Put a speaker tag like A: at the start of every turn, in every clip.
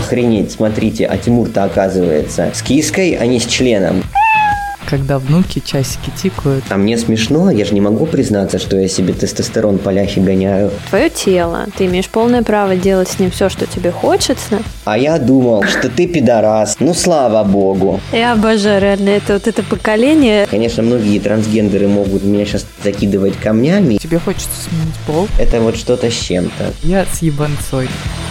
A: Охренеть, смотрите, а Тимур-то оказывается с киской, а не с членом.
B: Когда внуки часики тикают.
A: А мне смешно, я же не могу признаться, что я себе тестостерон по ляхе гоняю.
C: Твое тело, ты имеешь полное право делать с ним все, что тебе хочется.
A: А я думал, что ты пидорас. Ну, слава богу.
C: Я обожаю реально это поколение.
A: Конечно, многие трансгендеры могут меня сейчас закидывать камнями.
B: Тебе хочется сменить пол?
A: Это вот что-то с чем-то.
B: Я с ебанцой.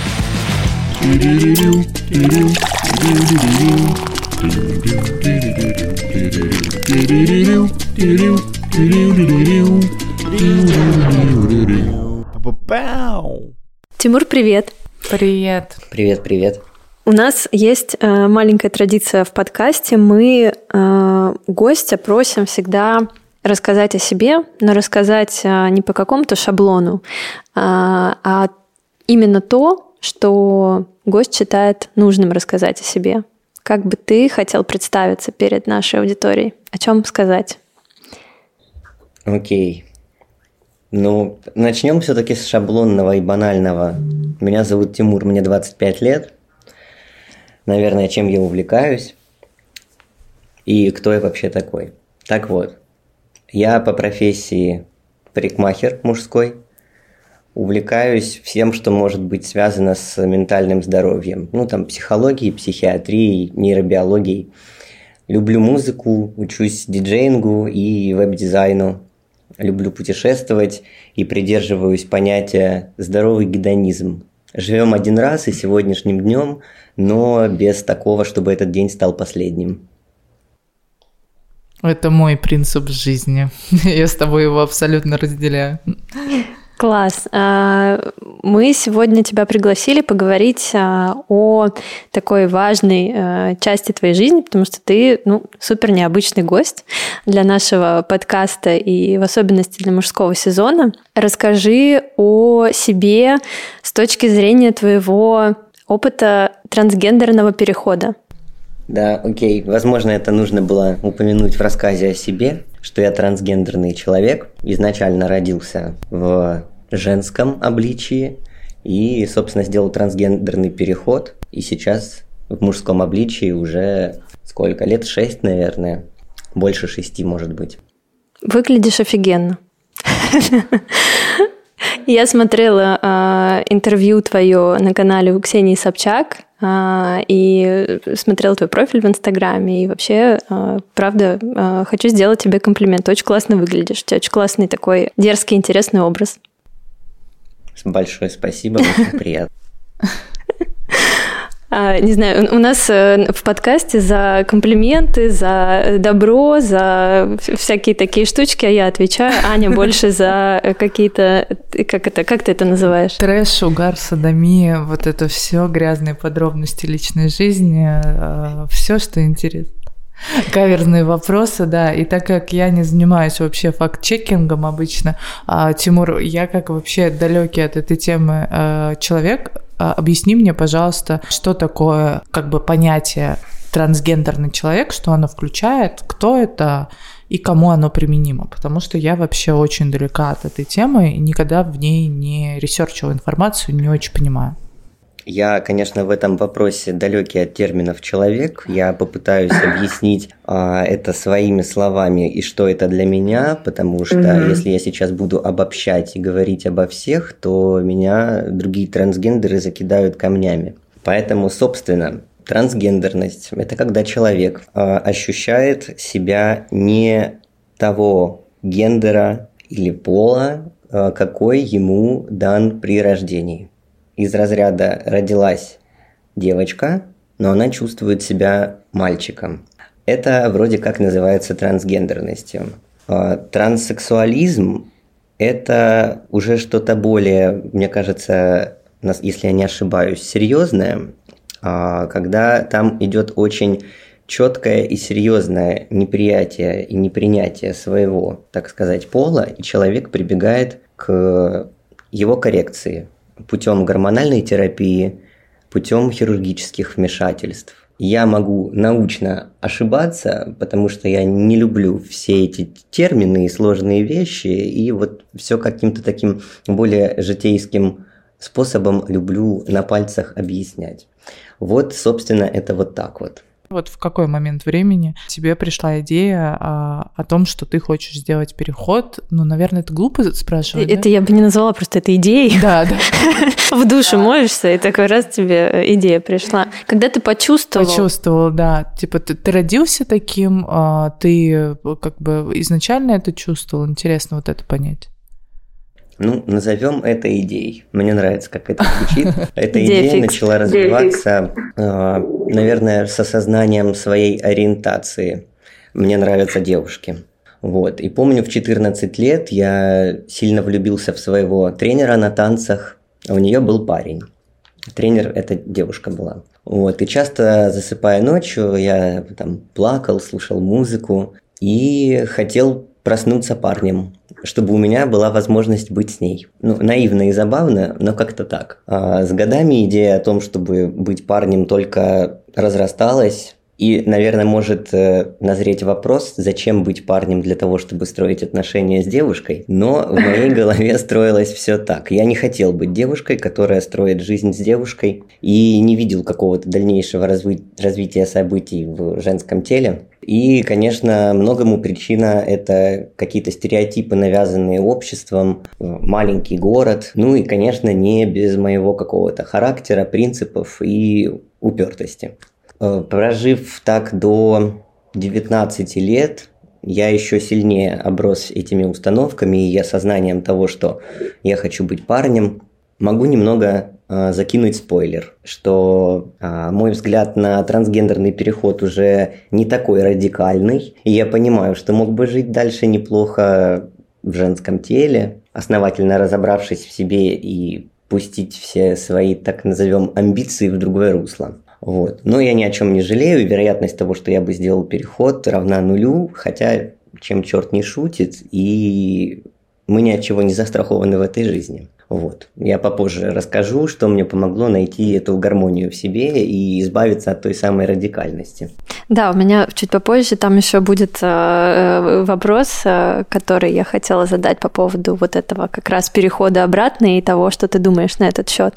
C: Тимур, привет.
B: Привет.
A: Привет.
C: У нас есть маленькая традиция в подкасте. Мы гостя просим всегда рассказать о себе, но рассказать не по какому-то шаблону, а именно то, что гость считает нужным рассказать о себе. Как бы ты хотел представиться перед нашей аудиторией? О чем сказать?
A: Окей. Ну, начнем все-таки с шаблонного и банального. Меня зовут Тимур, мне 25 лет. Наверное, чем я увлекаюсь и кто я вообще такой. Так вот, я по профессии парикмахер мужской. Увлекаюсь всем, что может быть связано с ментальным здоровьем. Ну, там, психологией, психиатрией, нейробиологией. Люблю музыку, учусь диджеингу и веб-дизайну. Люблю путешествовать и придерживаюсь понятия «здоровый гедонизм». Живем один раз и сегодняшним днем, но без такого, чтобы этот день стал последним.
B: Это мой принцип жизни. Я с тобой его абсолютно разделяю.
C: Класс. Мы сегодня тебя пригласили поговорить о такой важной части твоей жизни, потому что ты супер необычный гость для нашего подкаста и в особенности для мужского сезона. Расскажи о себе с точки зрения твоего опыта трансгендерного перехода.
A: Да, окей. Возможно, это нужно было упомянуть в рассказе о себе, что я трансгендерный человек. Изначально родился в женском обличии и, собственно, сделал трансгендерный переход. И сейчас в мужском обличии уже сколько? Лет 6, наверное. Больше 6, может быть.
C: Выглядишь офигенно. Я смотрела интервью твое на канале у Ксении Собчак и смотрела твой профиль в Инстаграме. И вообще, правда, хочу сделать тебе комплимент. Ты очень классно выглядишь. У тебя очень классный такой дерзкий, интересный образ.
A: Большое спасибо, очень приятно.
C: Не знаю, у нас в подкасте за комплименты, за добро, за всякие такие штучки, а я отвечаю, Аня больше за какие-то, как ты это называешь?
B: Трэш, угар, содомия, вот это все грязные подробности личной жизни, все, что интересно. Каверзные вопросы, да, и так как я не занимаюсь вообще факт-чекингом обычно, Тимур, я как вообще далекий от этой темы человек, объясни мне, пожалуйста, что такое понятие трансгендерный человек, что оно включает, кто это и кому оно применимо, потому что я вообще очень далека от этой темы и никогда в ней не ресерчила информацию, не очень понимаю.
A: Я, конечно, в этом вопросе далекий от терминов «человек». Я попытаюсь объяснить это своими словами и что это для меня, потому что если я сейчас буду обобщать и говорить обо всех, то меня другие трансгендеры закидают камнями. Поэтому, собственно, трансгендерность – это когда человек ощущает себя не того гендера или пола, какой ему дан при рождении. Из разряда родилась девочка, но она чувствует себя мальчиком. Это вроде как называется трансгендерностью. Транссексуализм – это уже что-то более, мне кажется, если я не ошибаюсь, серьезное, когда там идет очень четкое и серьезное неприятие и непринятие своего, так сказать, пола, и человек прибегает к его коррекции путем гормональной терапии, путем хирургических вмешательств. Я могу научно ошибаться, потому что я не люблю все эти термины и сложные вещи, и вот все каким-то таким более житейским способом люблю на пальцах объяснять. Вот, собственно, это вот так вот.
B: Вот в какой момент времени тебе пришла идея о том, что ты хочешь сделать переход? Ну, наверное, это глупо спрашивать,
C: Это
B: да?
C: я бы не назвала просто это идеей.
B: Да, да.
C: В душе моешься, и такой раз тебе идея пришла. Когда ты почувствовал?
B: Почувствовал, да. Типа ты родился таким, ты как бы изначально это чувствовал? Интересно вот это понять.
A: Ну, назовем это идеей. Мне нравится, как это звучит. Эта идея начала развиваться, наверное, с осознанием своей ориентации. Мне нравятся девушки. Вот. И помню, в 14 лет я сильно влюбился в своего тренера на танцах. У нее был парень. Тренер – это девушка была. Вот. И часто, засыпая ночью, я там плакал, слушал музыку и хотел проснуться парнем, чтобы у меня была возможность быть с ней. Ну, наивно и забавно, но как-то так. А с годами идея о том, чтобы быть парнем, только разрасталась. И, наверное, может назреть вопрос, зачем быть парнем для того, чтобы строить отношения с девушкой. Но в моей голове строилось все так. Я не хотел быть девушкой, которая строит жизнь с девушкой, и не видел какого-то дальнейшего развития событий в женском теле. И, конечно, многому причина – это какие-то стереотипы, навязанные обществом, маленький город. Ну и, конечно, не без моего какого-то характера, принципов и упертости. Прожив так до 19 лет, я еще сильнее оброс этими установками и осознанием того, что я хочу быть парнем. Могу немного закинуть спойлер, что мой взгляд на трансгендерный переход уже не такой радикальный, и я понимаю, что мог бы жить дальше неплохо в женском теле, основательно разобравшись в себе и пустить все свои, так назовем, амбиции в другое русло. Вот. Но я ни о чем не жалею, и вероятность того, что я бы сделал переход, равна нулю, хотя чем черт не шутит, и мы ни от чего не застрахованы в этой жизни. Вот. Я попозже расскажу, что мне помогло найти эту гармонию в себе и избавиться от той самой радикальности.
C: Да, у меня чуть попозже там еще будет вопрос, который я хотела задать по поводу вот этого как раз перехода обратно и того, что ты думаешь на этот счет.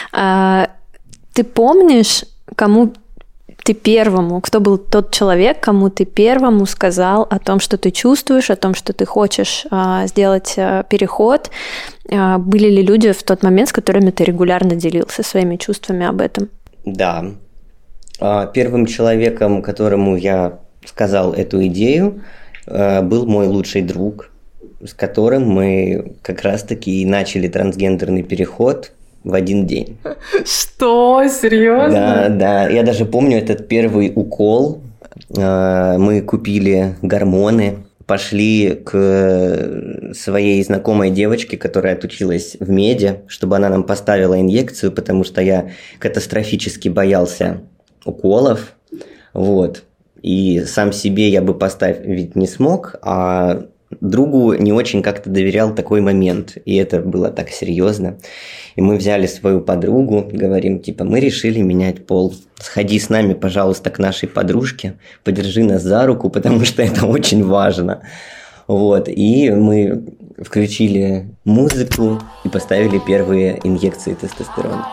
C: Ты помнишь, кому ты первому, кто был тот человек, кому ты первому сказал о том, что ты чувствуешь, о том, что ты хочешь сделать переход? Были ли люди в тот момент, с которыми ты регулярно делился своими чувствами об этом?
A: Да. Первым человеком, которому я сказал эту идею, был мой лучший друг, с которым мы как раз-таки и начали трансгендерный переход в один день.
B: Что? Серьезно?
A: Да. Я даже помню этот первый укол. Мы купили гормоны, пошли к своей знакомой девочке, которая отучилась в меде, чтобы она нам поставила инъекцию, потому что я катастрофически боялся уколов. Вот. И сам себе я бы поставить не смог, а другу не очень как-то доверял такой момент, и это было так серьезно. И мы взяли свою подругу, говорим, типа, мы решили менять пол. Сходи с нами, пожалуйста, к нашей подружке, подержи нас за руку, потому что это очень важно. Вот, и мы включили музыку и поставили первые инъекции тестостерона.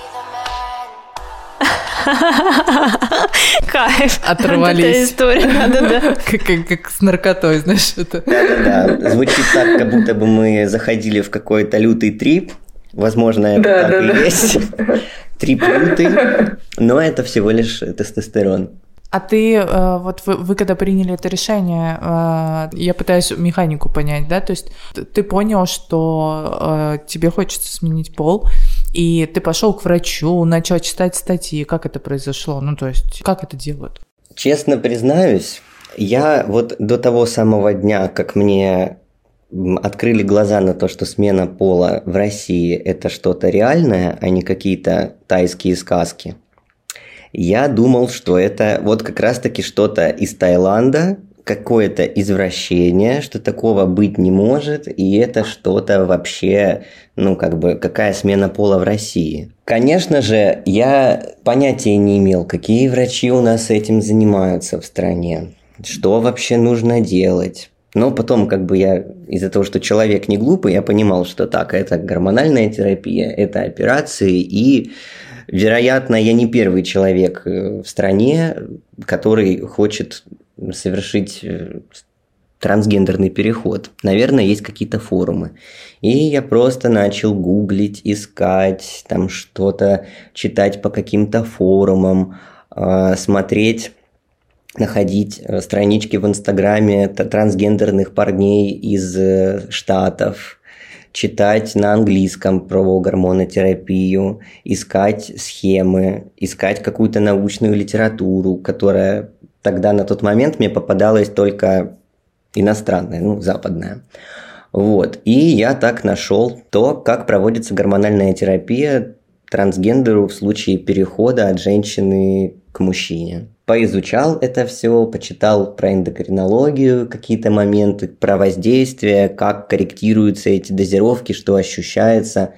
C: Кайф.
B: Оторвались.
C: Вот эта история. Да.
B: Как с наркотой, знаешь, это.
A: Да. Звучит так, как будто бы мы заходили в какой-то лютый трип. Возможно, это так и есть. Трип лютый, но это всего лишь тестостерон.
B: А ты, вот вы когда приняли это решение, я пытаюсь механику понять, да, то есть ты понял, что тебе хочется сменить пол, и ты пошел к врачу, начал читать статьи, как это произошло, ну, то есть как это делают?
A: Честно признаюсь, я вот до того самого дня, как мне открыли глаза на то, что смена пола в России – это что-то реальное, а не какие-то тайские сказки, я думал, что это вот как раз-таки что-то из Таиланда, какое-то извращение, что такого быть не может, и это что-то вообще, ну, как бы, какая смена пола в России. Конечно же, я понятия не имел, какие врачи у нас этим занимаются в стране, что вообще нужно делать. Но потом как бы я из-за того, что человек не глупый, я понимал, что так, это гормональная терапия, это операции, и, вероятно, я не первый человек в стране, который хочет совершить трансгендерный переход. Наверное, есть какие-то форумы. И я просто начал гуглить, искать, там что-то читать по каким-то форумам, смотреть, находить странички в Инстаграме трансгендерных парней из Штатов, читать на английском про гормонотерапию, искать схемы, искать какую-то научную литературу, которая тогда на тот момент мне попадалась только иностранная, западная. Вот. И я так нашел то, как проводится гормональная терапия трансгендеру в случае перехода от женщины к мужчине. Поизучал это все, почитал про эндокринологию, какие-то моменты, про воздействие, как корректируются эти дозировки, что ощущается,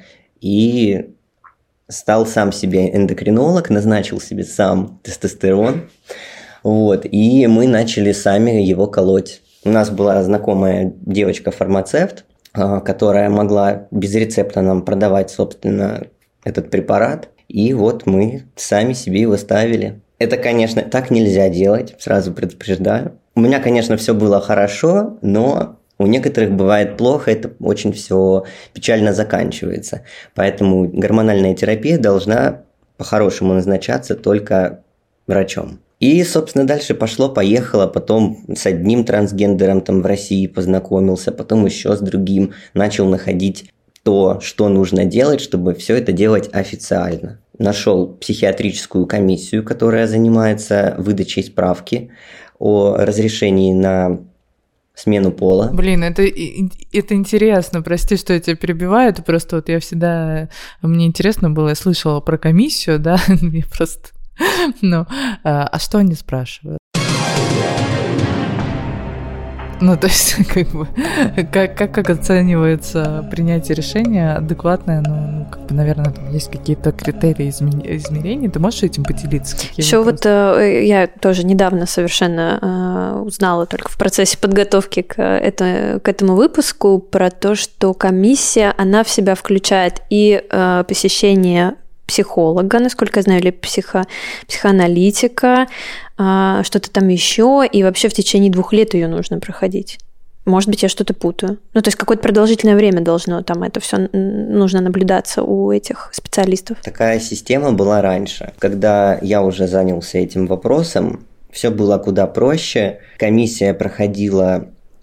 A: и стал сам себе эндокринолог, назначил себе сам тестостерон, вот, и мы начали сами его колоть. У нас была знакомая девочка-фармацевт, которая могла без рецепта нам продавать, собственно, этот препарат, и вот мы сами себе его ставили. Это, конечно, так нельзя делать, сразу предупреждаю. У меня, конечно, все было хорошо, но у некоторых бывает плохо, это очень все печально заканчивается. Поэтому гормональная терапия должна по-хорошему назначаться только врачом. И, собственно, дальше пошло-поехало, потом с одним трансгендером там в России познакомился, потом еще с другим, начал находить то, что нужно делать, чтобы все это делать официально. Нашел психиатрическую комиссию, которая занимается выдачей справки о разрешении на смену пола.
B: Блин, это интересно, прости, что я тебя перебиваю, это просто вот я всегда, мне интересно было, я слышала про комиссию, да, мне просто, а что они спрашивают? То есть, как оценивается принятие решения адекватное, наверное, там есть какие-то критерии измерений. Ты можешь этим поделиться?
C: Еще вот я тоже недавно совершенно узнала только в процессе подготовки к этому выпуску про то, что комиссия, она в себя включает и посещение психолога, насколько я знаю, или психоаналитика, что-то там еще, и вообще в течение 2 лет ее нужно проходить. Может быть, я что-то путаю. То есть какое-то продолжительное время должно там это все нужно наблюдаться у этих специалистов.
A: Такая система была раньше. Когда я уже занялся этим вопросом, все было куда проще. Комиссия проходила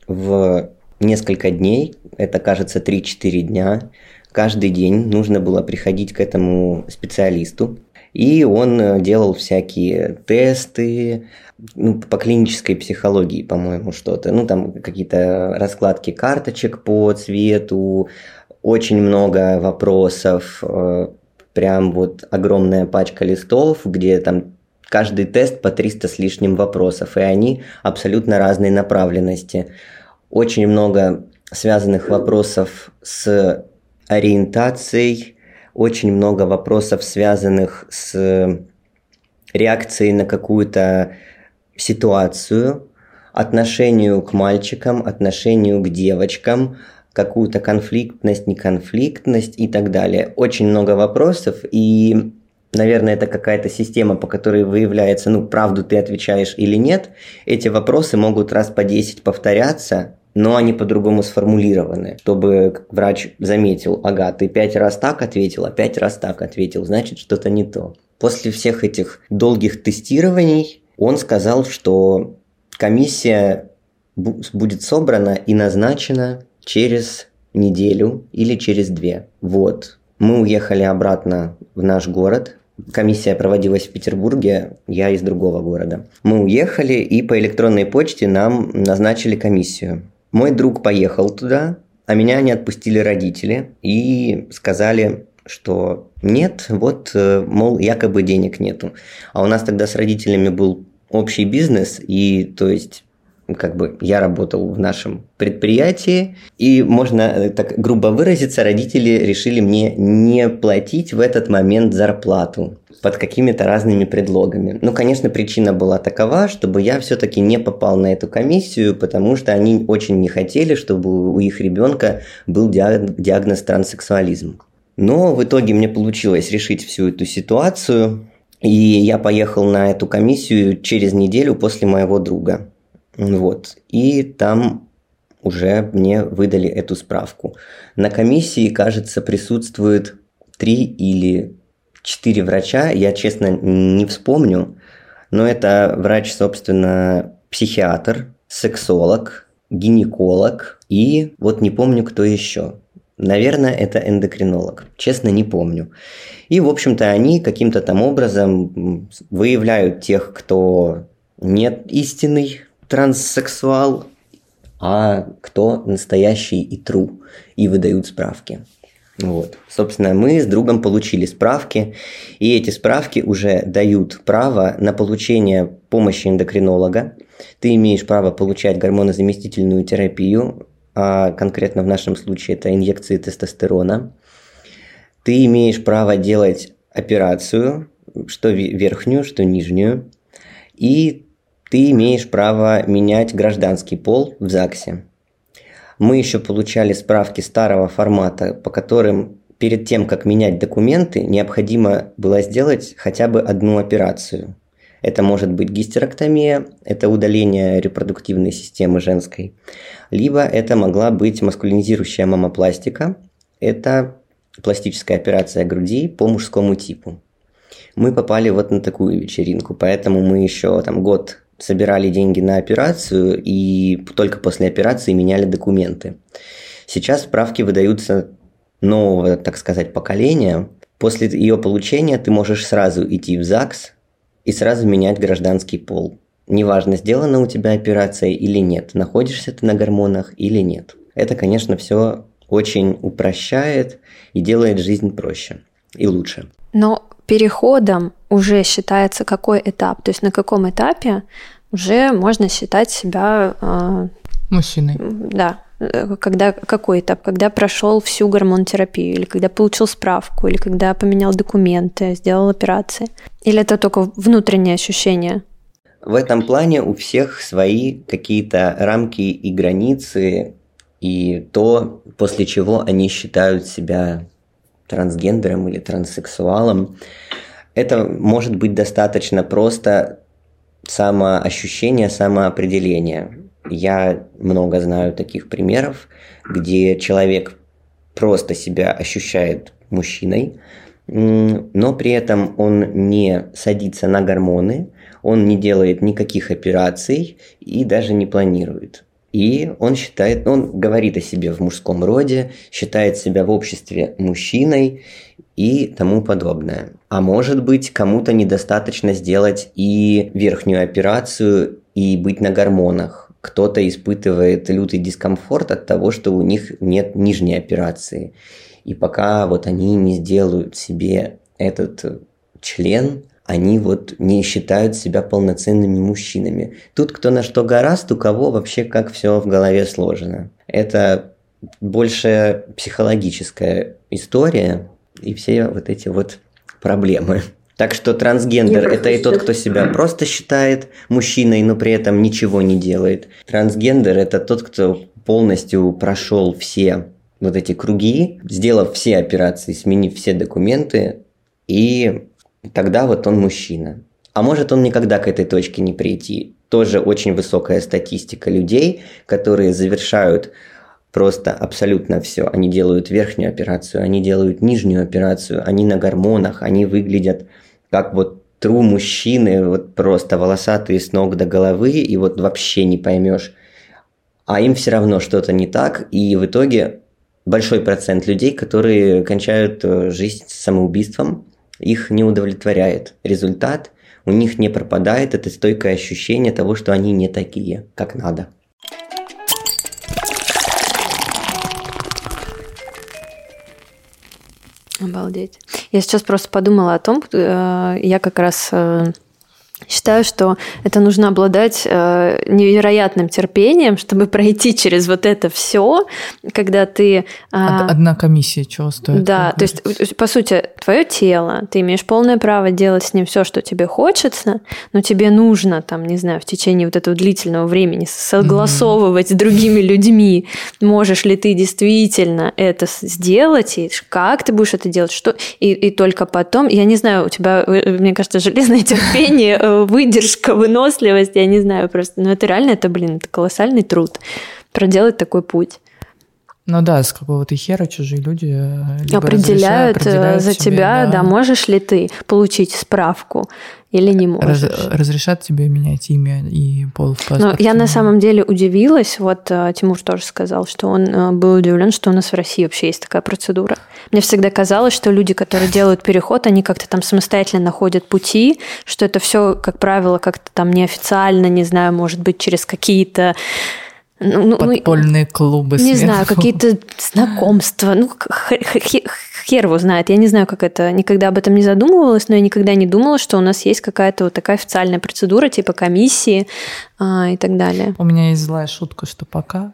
A: в несколько дней, это, кажется, 3-4 дня. Каждый день нужно было приходить к этому специалисту, и он делал всякие тесты, по клинической психологии, по-моему, что-то, там какие-то раскладки карточек по цвету, очень много вопросов, прям вот огромная пачка листов, где там каждый тест по 300 с лишним вопросов, и они абсолютно разной направленности. Очень много связанных вопросов с ориентацией, очень много вопросов, связанных с реакцией на какую-то ситуацию, отношению к мальчикам, отношению к девочкам, какую-то конфликтность, неконфликтность и так далее. Очень много вопросов, и, наверное, это какая-то система, по которой выявляется, правду ты отвечаешь или нет. Эти вопросы могут раз по 10 повторяться, но они по-другому сформулированы, чтобы врач заметил, ага, ты 5 раз так ответил, а 5 раз так ответил, значит, что-то не то. После всех этих долгих тестирований он сказал, что комиссия будет собрана и назначена через неделю или через 2. Вот. Мы уехали обратно в наш город. Комиссия проводилась в Петербурге, я из другого города. Мы уехали, и по электронной почте нам назначили комиссию. Мой друг поехал туда, а меня не отпустили родители и сказали, что нет, мол, якобы денег нету. А у нас тогда с родителями был общий бизнес, и то есть я работал в нашем предприятии, и, можно так грубо выразиться, родители решили мне не платить в этот момент зарплату под какими-то разными предлогами. Конечно, причина была такова, чтобы я все-таки не попал на эту комиссию, потому что они очень не хотели, чтобы у их ребенка был диагноз транссексуализм. Но в итоге мне получилось решить всю эту ситуацию, и я поехал на эту комиссию через неделю после моего друга. И там уже мне выдали эту справку. На комиссии, кажется, присутствует 3 или 4 врача, я, честно, не вспомню, но это врач, собственно, психиатр, сексолог, гинеколог и не помню, кто еще. Наверное, это эндокринолог. Честно, не помню. И, в общем-то, они каким-то там образом выявляют тех, кто нет истинный транссексуал, а кто настоящий и true, и выдают справки. Собственно, мы с другом получили справки, и эти справки уже дают право на получение помощи эндокринолога. Ты имеешь право получать гормонозаместительную терапию, а конкретно в нашем случае это инъекции тестостерона. Ты имеешь право делать операцию, что верхнюю, что нижнюю, и ты имеешь право менять гражданский пол в ЗАГСе. Мы еще получали справки старого формата, по которым перед тем, как менять документы, необходимо было сделать хотя бы одну операцию. Это может быть гистерэктомия, это удаление репродуктивной системы женской, либо это могла быть маскулинизирующая маммопластика, это пластическая операция груди по мужскому типу. Мы попали на такую вечеринку, поэтому мы еще год собирали деньги на операцию и только после операции меняли документы. Сейчас справки выдаются нового, так сказать, поколения. После ее получения ты можешь сразу идти в ЗАГС и сразу менять гражданский пол. Неважно, сделана у тебя операция или нет, находишься ты на гормонах или нет. Это, конечно, все очень упрощает и делает жизнь проще и лучше.
C: Но переходом уже считается какой этап? То есть на каком этапе уже можно считать себя
B: мужчиной?
C: Да. Какой этап? Когда прошел всю гормонотерапию, или когда получил справку, или когда поменял документы, сделал операции? Или это только внутренние ощущения?
A: В этом плане у всех свои какие-то рамки и границы, и то, после чего они считают себя трансгендером или транссексуалом. Это может быть достаточно просто самоощущение, самоопределение. Я много знаю таких примеров, где человек просто себя ощущает мужчиной, но при этом он не садится на гормоны, он не делает никаких операций и даже не планирует. И он говорит о себе в мужском роде, считает себя в обществе мужчиной и тому подобное. А может быть, кому-то недостаточно сделать и верхнюю операцию, и быть на гормонах. Кто-то испытывает лютый дискомфорт от того, что у них нет нижней операции. И пока они не сделают себе этот член, они не считают себя полноценными мужчинами. Тут кто на что горазд, у кого вообще как все в голове сложено. Это больше психологическая история и все эти проблемы. Так что трансгендер – это и тот, кто себя просто считает мужчиной, но при этом ничего не делает. Трансгендер – это тот, кто полностью прошел все эти круги, сделав все операции, сменив все документы, и тогда он мужчина. А может он никогда к этой точке не прийти. Тоже очень высокая статистика людей, которые завершают просто абсолютно все. Они делают верхнюю операцию, они делают нижнюю операцию, они на гормонах, они выглядят как true мужчины, просто волосатые с ног до головы, и вообще не поймешь. А им все равно что-то не так, и в итоге большой процент людей, которые кончают жизнь самоубийством, их не удовлетворяет результат, у них не пропадает это стойкое ощущение того, что они не такие, как надо.
C: Обалдеть. Я сейчас просто подумала о том, я как раз Считаю, что это нужно обладать невероятным терпением, чтобы пройти через вот это все, когда ты...
B: Одна комиссия чего стоит?
C: Да, то есть, по сути, твое тело, ты имеешь полное право делать с ним все, что тебе хочется, но тебе нужно, там, не знаю, в течение вот этого длительного времени согласовывать с другими людьми, можешь ли ты действительно это сделать, и как ты будешь это делать, что... И только потом, я не знаю, у тебя, мне кажется, железное терпение, выдержка, выносливость, я не знаю просто. Но это реально, это колоссальный труд проделать такой путь.
B: Ну да, с какого-то хера чужие люди
C: определяют за тебя, да, можешь ли ты получить справку или не можешь.
B: Разрешат тебе менять имя и пол в паспорте.
C: Но я на самом деле удивилась, вот Тимур тоже сказал, что он был удивлен, что у нас в России вообще есть такая процедура. Мне всегда казалось, что люди, которые делают переход, они как-то там самостоятельно находят пути, что это все, как правило, как-то там неофициально, не знаю, может быть, через какие-то
B: подпольные клубы.
C: Не знаю, какие-то знакомства. Хер его знает. Я не знаю, как это. Никогда об этом не задумывалась, но я никогда не думала, что у нас есть какая-то вот такая официальная процедура, типа комиссии и так далее.
B: У меня есть злая шутка, что пока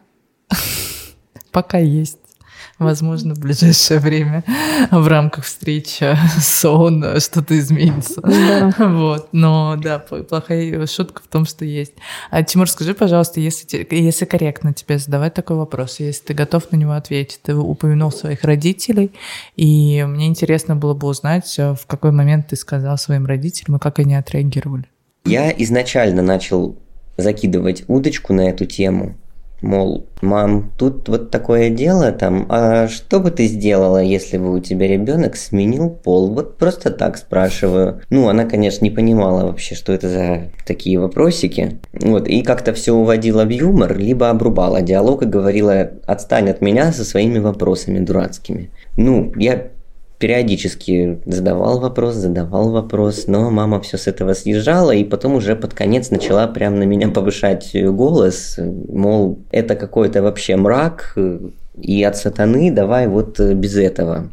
B: есть. Возможно, в ближайшее время в рамках встречи с ООН что-то изменится.
C: Да.
B: Вот. Но да, плохая шутка в том, что есть. Тимур, скажи, пожалуйста, если корректно тебе задавать такой вопрос, если ты готов на него ответить, ты упомянул своих родителей, и мне интересно было бы узнать, в какой момент ты сказал своим родителям, и как они отреагировали.
A: Я изначально начал закидывать удочку на эту тему. Мол, мам, тут вот такое дело, там, а что бы ты сделала, если бы у тебя ребенок сменил пол? Вот просто так спрашиваю. Ну, она, конечно, не понимала вообще, что это за такие вопросики. Вот, и как-то все уводила в юмор, либо обрубала диалог и говорила: отстань от меня со своими вопросами дурацкими. Ну, я периодически задавал вопрос, но мама все с этого съезжала, и потом уже под конец начала прям на меня повышать голос, мол, это какой-то вообще мрак, и от сатаны, давай вот без этого.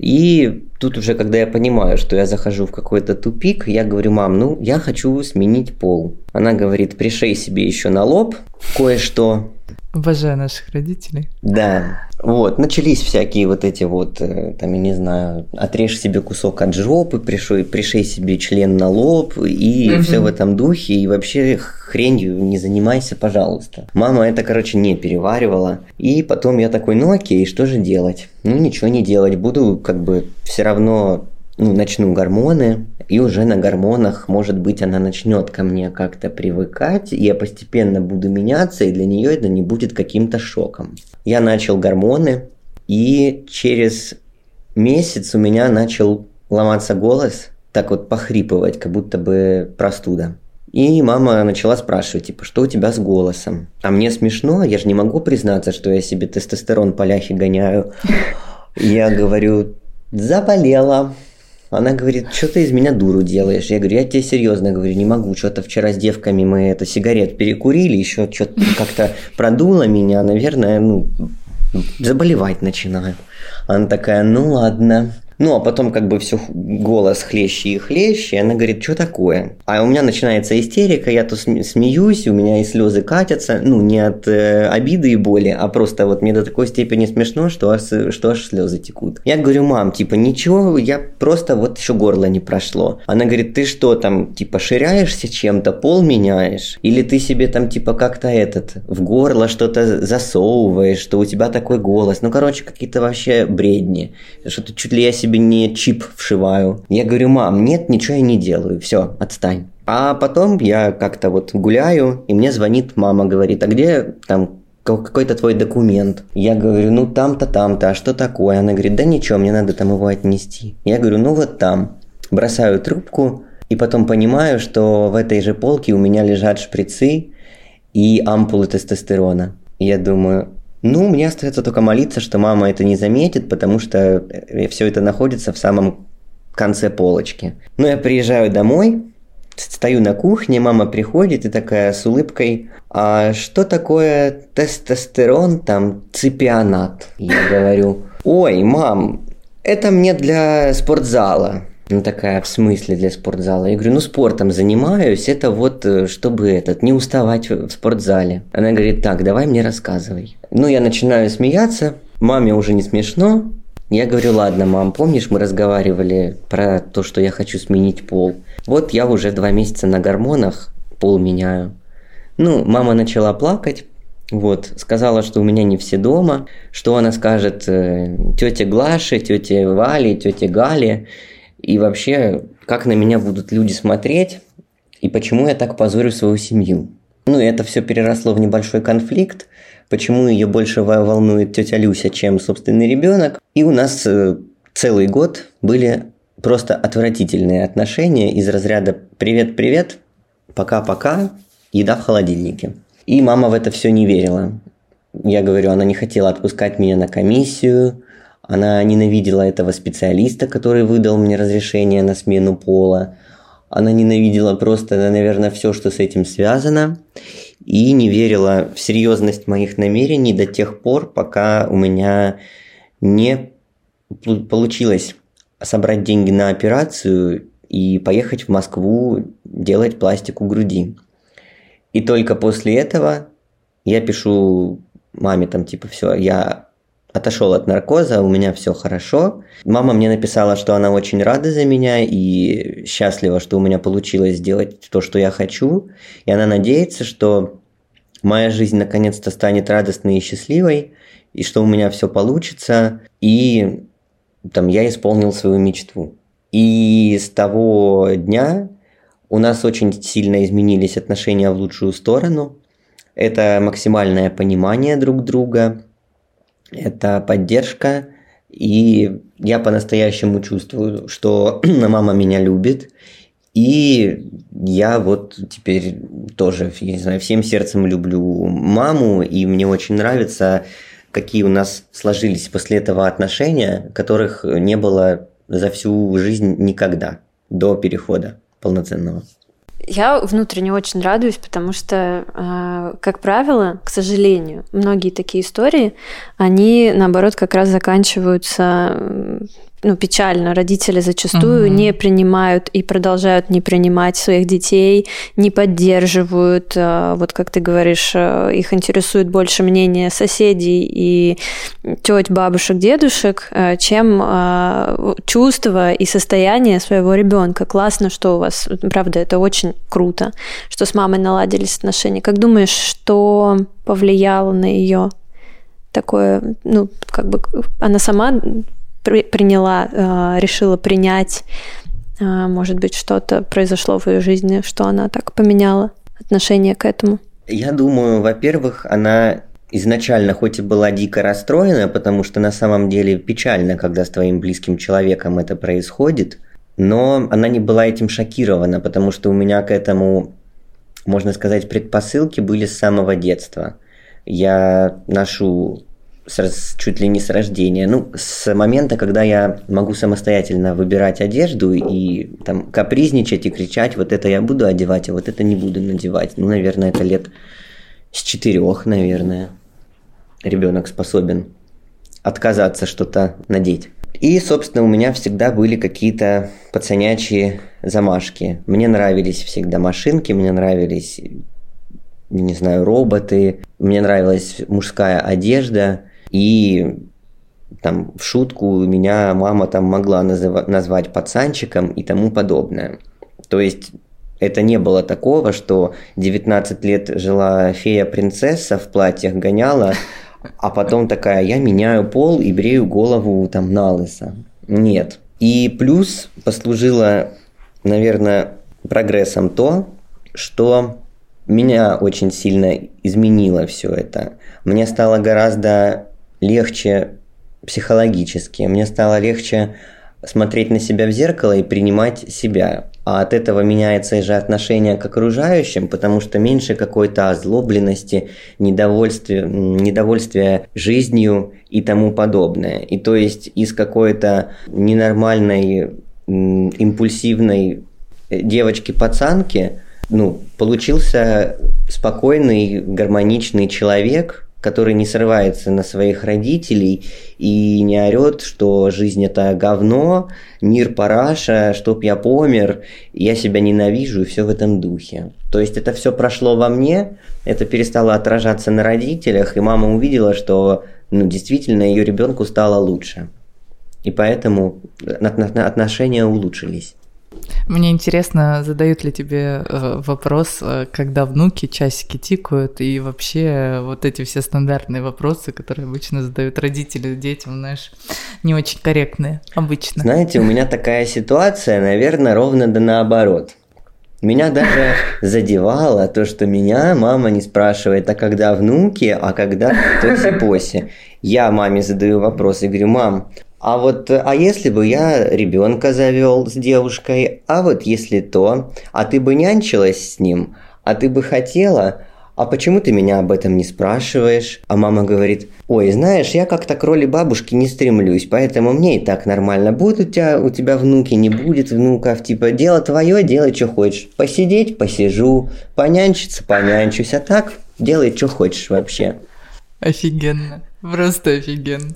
A: И тут уже, когда я понимаю, что я захожу в какой-то тупик, я говорю: мам, я хочу сменить пол. Она говорит: пришей себе еще на лоб кое-что.
B: Обожаю наших родителей.
A: Да. Вот, начались всякие вот эти вот, там, я не знаю, отрежь себе кусок от жопы, пришей себе член на лоб, и все в этом духе, и вообще хренью не занимайся, пожалуйста. Мама это, короче, не переваривала, и потом я такой: окей, что же делать? Ничего не делать, буду как бы все равно... начну гормоны, и уже на гормонах, может быть, она начнет ко мне как-то привыкать, и я постепенно буду меняться, и для нее это не будет каким-то шоком. Я начал гормоны, и через месяц у меня начал ломаться голос, так вот похрипывать, как будто бы простуда. И мама начала спрашивать, типа, что у тебя с голосом? А мне смешно, я же не могу признаться, что я себе тестостерон по ляхе гоняю. Я говорю: заболела. Она говорит: что ты из меня дуру делаешь? Я говорю: я тебе серьезно говорю, не могу, что-то вчера с девками мы сигарет перекурили, еще что-то как-то продуло меня, наверное, заболевать начинаю. Она такая: ладно. А потом как бы все, голос хлеще и хлеще, и она говорит: что такое? А у меня начинается истерика, я то смеюсь, у меня и слезы катятся, не от обиды и боли, а просто вот мне до такой степени смешно, что аж слезы текут. Я говорю: мам, ничего, я просто вот еще горло не прошло. Она говорит: ты что там, ширяешься чем-то, пол меняешь? Или ты себе там как-то в горло что-то засовываешь, что у тебя такой голос? Какие-то вообще бредни, что-то чуть ли я себе не чип вшиваю. Я говорю: мам, нет, ничего я не делаю, все, отстань. А потом я как-то гуляю, и мне звонит мама, говорит: а где там какой-то твой документ? Я говорю: там-то, а что такое? Она говорит: да ничего, мне надо там его отнести. Я говорю: вот там. Бросаю трубку, и потом понимаю, что в этой же полке у меня лежат шприцы и ампулы тестостерона. И я думаю: мне остается только молиться, что мама это не заметит, потому что все это находится в самом конце полочки. Я приезжаю домой, стою на кухне, мама приходит и такая с улыбкой: а что такое тестостерон, там, ципионат? Я говорю: ой, мам, это мне для спортзала. Ну, такая, в смысле для спортзала? Я говорю, ну, спортом занимаюсь, это вот, чтобы не уставать в спортзале. Она говорит, так, давай мне рассказывай. Ну, я начинаю смеяться, маме уже не смешно. Я говорю, ладно, мам, помнишь, мы разговаривали про то, что я хочу сменить пол? Вот я уже 2 месяца на гормонах пол меняю. Ну, мама начала плакать. Вот, сказала, что у меня не все дома, что она скажет тете Глаше, тете Вале, тете Гале, и вообще, как на меня будут люди смотреть, и почему я так позорю свою семью. Ну, и это все переросло в небольшой конфликт, почему ее больше волнует тетя Люся, чем собственный ребенок. И у нас целый год были просто отвратительные отношения из разряда «привет-привет», «пока-пока», еда в холодильнике. И мама в это все не верила. Я говорю, она не хотела отпускать меня на комиссию, она ненавидела этого специалиста, который выдал мне разрешение на смену пола. Она ненавидела просто, наверное, все, что с этим связано. И не верила в серьезность моих намерений до тех пор, пока у меня не получилось собрать деньги на операцию и поехать в Москву делать пластику груди. И только после этого я пишу маме там типа все, я отошел от наркоза, у меня все хорошо. Мама мне написала, что она очень рада за меня и счастлива, что у меня получилось сделать то, что я хочу. И она надеется, что моя жизнь наконец-то станет радостной и счастливой, и что у меня все получится, и там я исполнил свою мечту. И с того дня у нас очень сильно изменились отношения в лучшую сторону. Это максимальное понимание друг друга, это поддержка, и я по-настоящему чувствую, что мама меня любит, и я вот теперь тоже, я не знаю, всем сердцем люблю маму, и мне очень нравится, какие у нас сложились после этого отношения, которых не было за всю жизнь никогда до перехода полноценного.
C: Я внутренне очень радуюсь, потому что, как правило, к сожалению, многие такие истории, они, наоборот, как раз заканчиваются печально. Родители зачастую не принимают и продолжают не принимать своих детей, не поддерживают. Вот как ты говоришь, их интересует больше мнение соседей и тёть, бабушек, дедушек, чем чувства и состояние своего ребенка. Классно, что у вас, правда, это очень круто, что с мамой наладились отношения. Как думаешь, что повлияло на ее такое, она сама приняла, решила принять, может быть, что-то произошло в ее жизни, что она так поменяла отношение к этому?
A: Я думаю, во-первых, она изначально хоть и была дико расстроена, потому что на самом деле печально, когда с твоим близким человеком это происходит, но она не была этим шокирована, потому что у меня к этому, можно сказать, предпосылки были с самого детства. Я ношу чуть ли не с рождения, с момента, когда я могу самостоятельно выбирать одежду и там капризничать и кричать, вот это я буду одевать, а вот это не буду надевать. Наверное, это лет с 4, наверное, ребенок способен отказаться что-то надеть. И, собственно, у меня всегда были какие-то пацанячьи замашки. Мне нравились всегда машинки, мне нравились, не знаю, роботы, мне нравилась мужская одежда. И там в шутку меня мама там могла назвать пацанчиком и тому подобное. То есть это не было такого, что 19 лет жила фея-принцесса в платьях гоняла, а потом такая, я меняю пол и брею голову там на лысо. Нет. И плюс послужило, наверное, прогрессом то, что меня очень сильно изменило все это. Мне стало гораздо легче психологически, мне стало легче смотреть на себя в зеркало и принимать себя. А от этого меняется же отношение к окружающим, потому что меньше какой-то озлобленности, недовольствия жизнью и тому подобное. И то есть из какой-то ненормальной, импульсивной девочки-пацанки получился спокойный, гармоничный человек, который не срывается на своих родителей и не орет, что жизнь это говно, мир параша, чтоб я помер, я себя ненавижу и все в этом духе. То есть это все прошло во мне, это перестало отражаться на родителях, и мама увидела, что действительно ее ребенку стало лучше. И поэтому отношения улучшились.
B: Мне интересно, задают ли тебе вопрос, когда внуки часики тикают, и вообще вот эти все стандартные вопросы, которые обычно задают родители детям, знаешь, не очень корректные обычно.
A: Знаете, у меня такая ситуация, наверное, ровно да наоборот. Меня даже задевало то, что меня мама не спрашивает, а когда внуки, а когда тоси-поси. Я маме задаю вопрос и говорю: мам, а если бы я ребенка завел с девушкой, а вот если то, а ты бы нянчилась с ним, а ты бы хотела, а почему ты меня об этом не спрашиваешь? А мама говорит: ой, знаешь, я как-то к роли бабушки не стремлюсь, поэтому мне и так нормально. Будут у тебя внуки, не будет внуков, типа дело твое, делай, что хочешь. Посидеть, посижу, понянчиться, понянчусь, а так делай, что хочешь вообще.
B: Офигенно. Просто офигенно.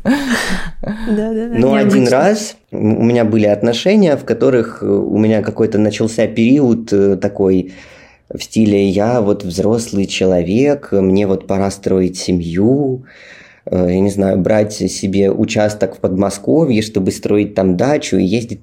C: Да.
A: Но один раз у меня были отношения, в которых у меня какой-то начался период такой в стиле: я вот взрослый человек, мне вот пора строить семью, я не знаю, брать себе участок в Подмосковье, чтобы строить там дачу и ездить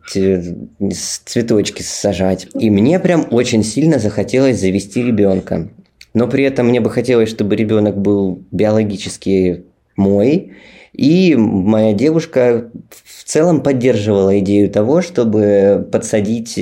A: цветочки сажать. И мне прям очень сильно захотелось завести ребенка. Но при этом мне бы хотелось, чтобы ребенок был биологически мой, и моя девушка в целом поддерживала идею того, чтобы подсадить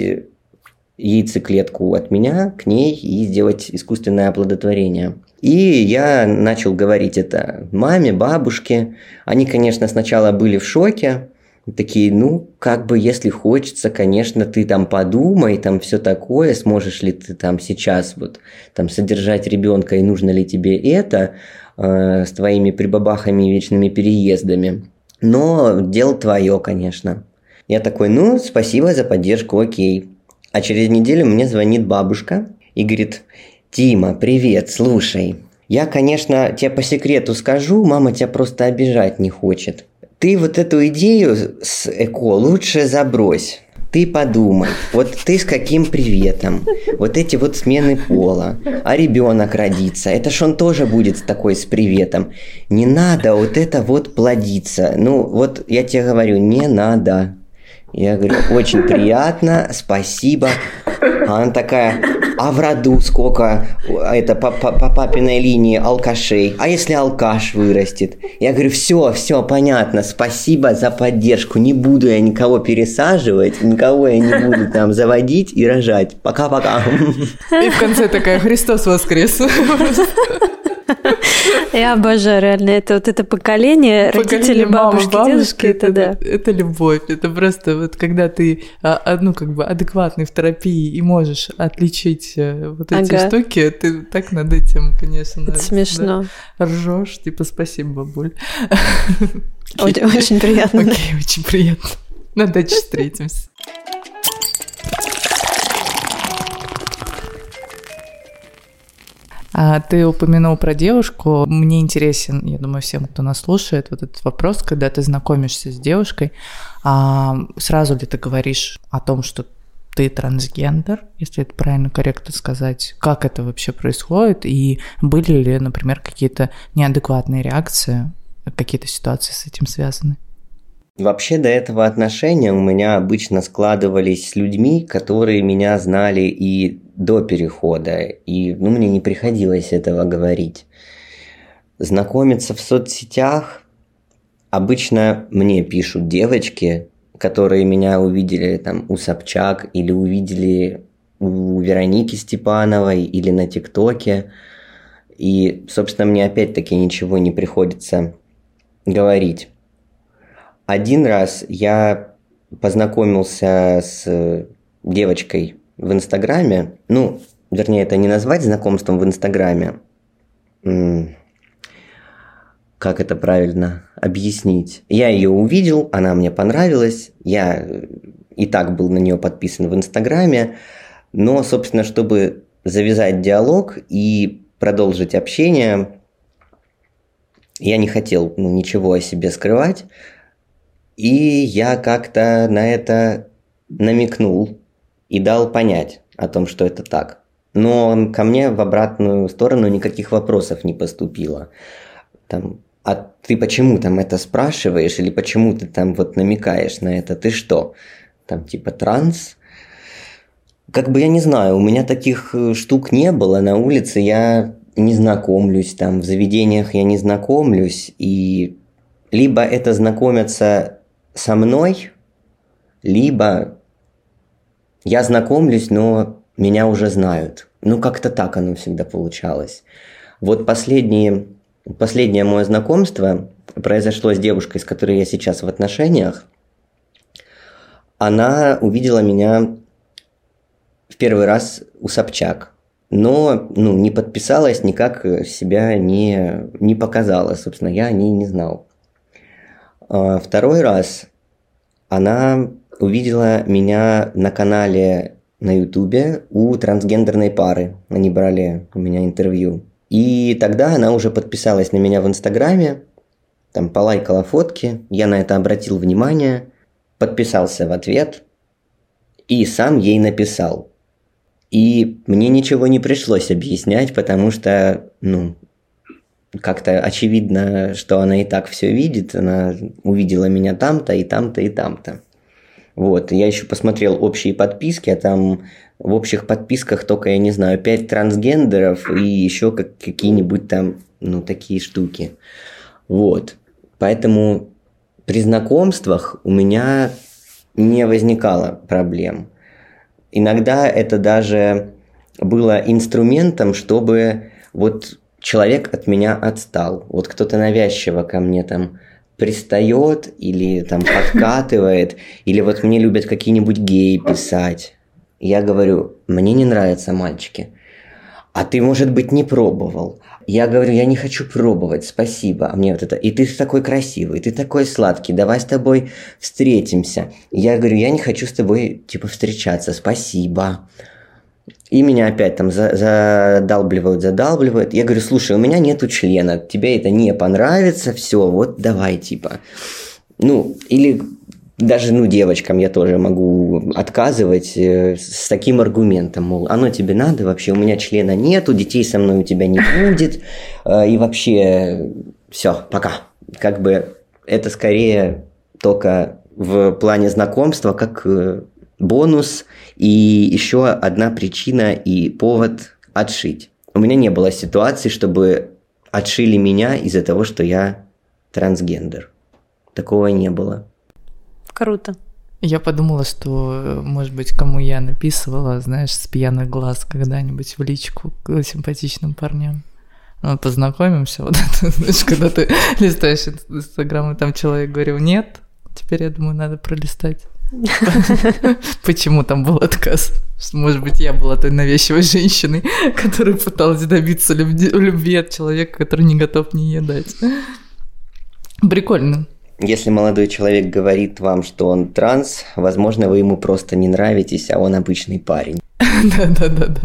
A: яйцеклетку от меня к ней и сделать искусственное оплодотворение. И я начал говорить это маме, бабушке. Они, конечно, сначала были в шоке, такие: если хочется, конечно, ты там подумай, там все такое, сможешь ли ты там сейчас вот там содержать ребенка и нужно ли тебе это с твоими прибабахами и вечными переездами. Но дело твое, конечно. Я такой: спасибо за поддержку, окей. А через неделю мне звонит бабушка и говорит: Тима, привет, слушай, я, конечно, тебе по секрету скажу, мама тебя просто обижать не хочет. Ты вот эту идею с ЭКО лучше забрось. Ты подумай, вот ты с каким приветом, вот эти вот смены пола, а ребенок родится, это ж он тоже будет такой с приветом. Не надо вот это вот плодиться. Вот я тебе говорю, не надо. Я говорю: очень приятно, спасибо. А она такая: а в роду сколько по папиной линии алкашей? А если алкаш вырастет? Я говорю: все, понятно, спасибо за поддержку. Не буду я никого пересаживать, никого я не буду там заводить и рожать. Пока-пока.
B: И в конце такая: Христос воскрес.
C: Я обожаю, реально, это поколение родителей, бабушки, дедушки, это да.
B: Это любовь, это просто вот когда ты, адекватный в терапии и можешь отличить вот эти штуки, ты так над этим, конечно,
C: это смешно.
B: Ржешь, типа: спасибо, бабуль.
C: Очень приятно.
B: Окей, очень приятно. На даче встретимся. Ты упомянул про девушку. Мне интересен, я думаю, всем, кто нас слушает, вот этот вопрос, когда ты знакомишься с девушкой, сразу ли ты говоришь о том, что ты трансгендер, если это правильно, корректно сказать, как это вообще происходит, и были ли, например, какие-то неадекватные реакции, какие-то ситуации с этим связаны?
A: Вообще до этого отношения у меня обычно складывались с людьми, которые меня знали и до перехода, и мне не приходилось этого говорить. Знакомиться в соцсетях обычно мне пишут девочки, которые меня увидели там у Собчак или увидели у Вероники Степановой или на ТикТоке, и, собственно, мне опять-таки ничего не приходится говорить. Один раз я познакомился с девочкой в Инстаграме. Вернее, это не назвать знакомством в Инстаграме. Как это правильно объяснить? Я ее увидел, она мне понравилась. Я и так был на нее подписан в Инстаграме. Но, собственно, чтобы завязать диалог и продолжить общение, Я не хотел ничего о себе скрывать, и я как-то на это намекнул и дал понять о том, что это так. Но ко мне в обратную сторону никаких вопросов не поступило. Там, а ты почему там это спрашиваешь, или почему ты там вот намекаешь на это? Ты что, там типа транс? Как бы я не знаю, у меня таких штук не было. На улице я не знакомлюсь, там в заведениях я не знакомлюсь. И либо это знакомятся со мной, либо я знакомлюсь, но меня уже знают. Ну, как-то так оно всегда получалось. Вот последнее мое знакомство произошло с девушкой, с которой я сейчас в отношениях. Она увидела меня в первый раз у Собчак, но не подписалась, никак себя не показала. Собственно, я о ней не знал. Второй раз она увидела меня на канале на Ютубе у трансгендерной пары. Они брали у меня интервью. И тогда она уже подписалась на меня в Инстаграме, там полайкала фотки, я на это обратил внимание, подписался в ответ и сам ей написал. И мне ничего не пришлось объяснять, потому что, как-то очевидно, что она и так все видит, она увидела меня там-то и там-то и там-то. Вот, я еще посмотрел общие подписки, а там в общих подписках только, я не знаю, 5 трансгендеров и еще какие-нибудь там, такие штуки. Вот, поэтому при знакомствах у меня не возникало проблем. Иногда это даже было инструментом, чтобы вот человек от меня отстал. Вот кто-то навязчиво ко мне там пристает или там подкатывает, или вот мне любят какие-нибудь геи писать. Я говорю, мне не нравятся мальчики. А ты, может быть, не пробовал. Я говорю, я не хочу пробовать, спасибо. А мне вот это, и ты такой красивый, ты такой сладкий, давай с тобой встретимся. Я говорю, я не хочу с тобой, встречаться, спасибо. И меня опять там задалбливают. Я говорю, слушай, у меня нету члена, тебе это не понравится, все, вот давай, или даже, девочкам я тоже могу отказывать с таким аргументом, мол, оно тебе надо, вообще у меня члена нету, детей со мной у тебя не будет, и вообще все, пока. Как бы это скорее только в плане знакомства, как бонус и еще одна причина и повод отшить. У меня не было ситуации, чтобы отшили меня из-за того, что я трансгендер. Такого не было.
C: Круто.
B: Я подумала, что, может быть, кому я написывала, знаешь, с пьяных глаз когда-нибудь в личку к симпатичным парням. Познакомимся, вот это, знаешь, когда ты листаешь Инстаграм, и там человек говорил нет, теперь, я думаю, надо пролистать. Почему там был отказ? Может быть, я была той навязчивой женщиной, которая пыталась добиться любви от человека, который не готов мне ее дать. Прикольно.
A: Если молодой человек говорит вам, что он транс, возможно, вы ему просто не нравитесь, а он обычный парень.
B: Да.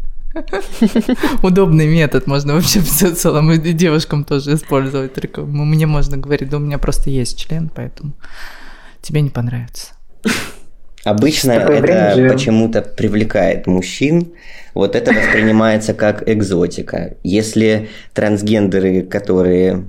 B: Удобный метод, можно вообще в целом и девушкам тоже использовать. Только мне можно говорить, да у меня просто есть член, поэтому тебе не понравится.
A: Обычно это почему-то привлекает мужчин. Вот это воспринимается как экзотика. Если трансгендеры, которые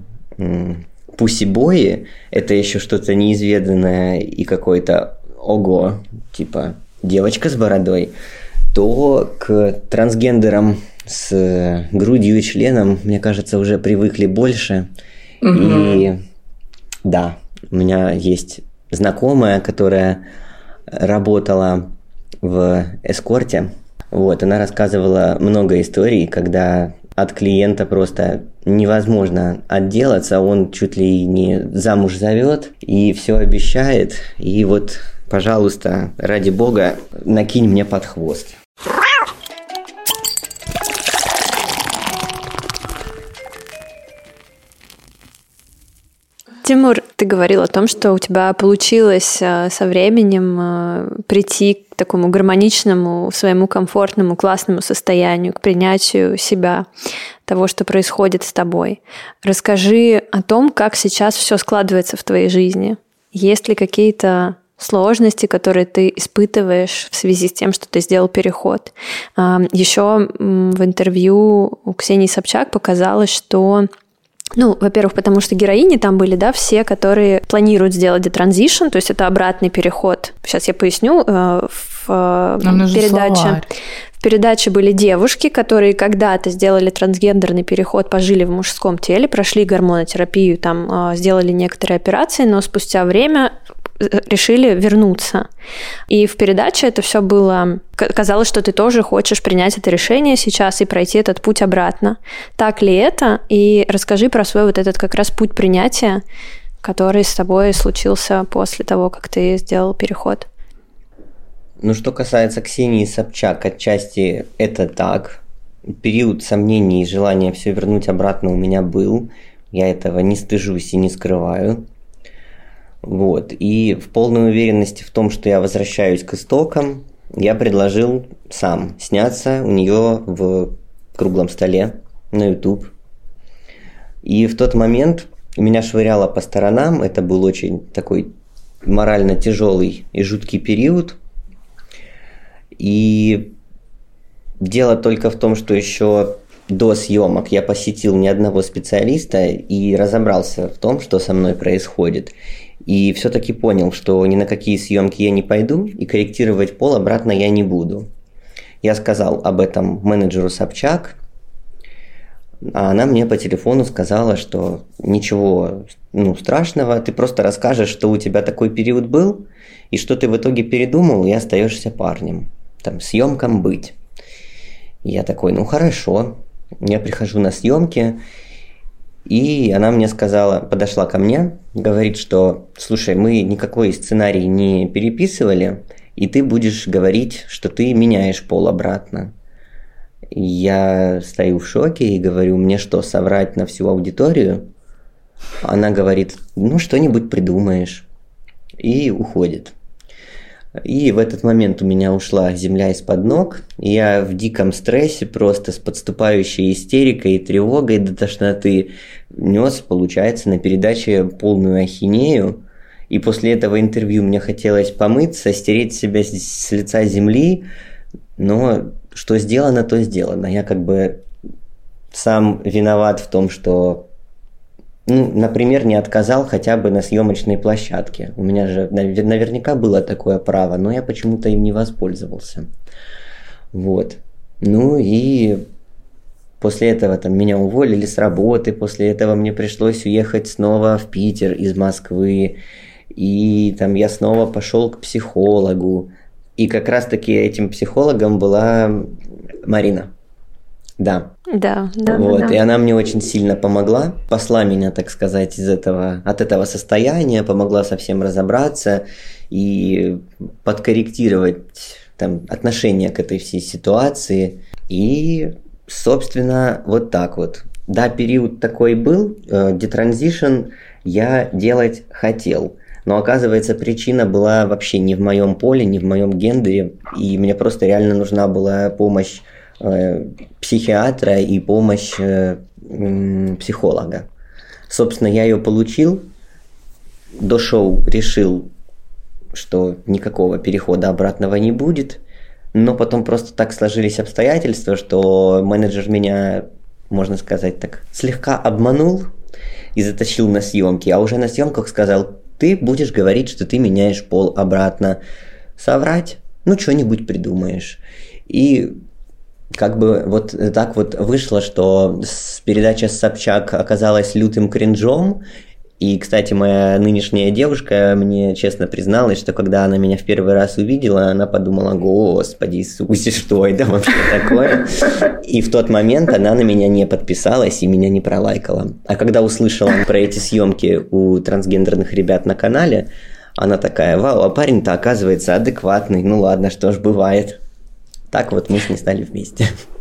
A: пусибои, это еще что-то неизведанное и какой-то ого, типа девочка с бородой, то к трансгендерам с грудью и членом, мне кажется, уже привыкли больше. И да, у меня есть знакомая, которая работала в эскорте. Вот, она рассказывала много историй, когда от клиента просто невозможно отделаться, он чуть ли не замуж зовет и все обещает. И вот, пожалуйста, ради бога, накинь мне под хвост.
C: Тимур, Ты говорил о том, что у тебя получилось со временем прийти к такому гармоничному, своему комфортному, классному состоянию, к принятию себя, того, что происходит с тобой. Расскажи о том, как сейчас все складывается в твоей жизни. Есть ли какие-то сложности, которые ты испытываешь в связи с тем, что ты сделал переход? Еще в интервью у Ксении Собчак показалось, что во-первых, потому что героини там были, да, все, которые планируют сделать детранзишн, то есть это обратный переход. Сейчас я поясню. В передаче были девушки, которые когда-то сделали трансгендерный переход, пожили в мужском теле, прошли гормонотерапию, там сделали некоторые операции, но спустя время решили вернуться. И в передаче это все было... Казалось, что ты тоже хочешь принять это решение сейчас и пройти этот путь обратно. Так ли это? И расскажи про свой вот этот как раз путь принятия, который с тобой случился после того, как ты сделал переход.
A: Что касается Ксении Собчак, отчасти это так. Период сомнений и желания все вернуть обратно у меня был. Я этого не стыжусь и не скрываю. И в полной уверенности в том, что я возвращаюсь к истокам, я предложил сам сняться у нее в круглом столе на YouTube. И в тот момент меня швыряло по сторонам. Это был очень такой морально тяжелый и жуткий период. И дело только в том, что еще до съемок я посетил ни одного специалиста и разобрался в том, что со мной происходит. И все-таки понял, что ни на какие съемки я не пойду, и корректировать пол обратно я не буду. Я сказал об этом менеджеру Собчак, а она мне по телефону сказала, что ничего страшного, ты просто расскажешь, что у тебя такой период был, и что ты в итоге передумал, и остаешься парнем. Съемкам быть. И я такой, хорошо. Я прихожу на съемки, и она мне сказала, подошла ко мне, говорит, что, слушай, мы никакой сценарий не переписывали, и ты будешь говорить, что ты меняешь пол обратно. Я стою в шоке и говорю, мне что, соврать на всю аудиторию? Она говорит, что-нибудь придумаешь. И уходит. И в этот момент у меня ушла земля из-под ног. Я в диком стрессе, просто с подступающей истерикой и тревогой до тошноты нес, получается, на передаче полную ахинею. И после этого интервью мне хотелось помыться, стереть себя с лица земли. Но что сделано, то сделано. Я сам виноват в том, что... например, не отказал хотя бы на съемочной площадке. У меня же наверняка было такое право, но я почему-то им не воспользовался. И после этого меня уволили с работы, после этого мне пришлось уехать снова в Питер из Москвы, и я снова пошел к психологу. И как раз-таки этим психологом была Марина. Да.
C: Да.
A: И она мне очень сильно помогла, спасла меня, так сказать, от этого состояния, помогла совсем разобраться и подкорректировать отношение к этой всей ситуации. И, собственно, вот так вот. Да, период такой был, детранзишн я делать хотел. Но, оказывается, причина была вообще не в моем поле, не в моем гендере, и мне просто реально нужна была помощь психиатра и помощь психолога. Собственно, я ее получил, до шоу решил, что никакого перехода обратного не будет, но потом просто так сложились обстоятельства, что менеджер меня, можно сказать так, слегка обманул и затащил на съемки, а уже на съемках сказал, ты будешь говорить, что ты меняешь пол обратно. Соврать? Что-нибудь придумаешь. И вот так вот вышло, что передача с Собчак оказалась лютым кринжом. И, кстати, моя нынешняя девушка мне честно призналась, что когда она меня в первый раз увидела, она подумала, Господи Иисусе, что это вообще такое? И в тот момент она на меня не подписалась и меня не пролайкала. А когда услышала про эти съемки у трансгендерных ребят на канале, она такая, вау, а парень-то оказывается адекватный, ладно, что ж, бывает. Так вот мы с ней стали вместе.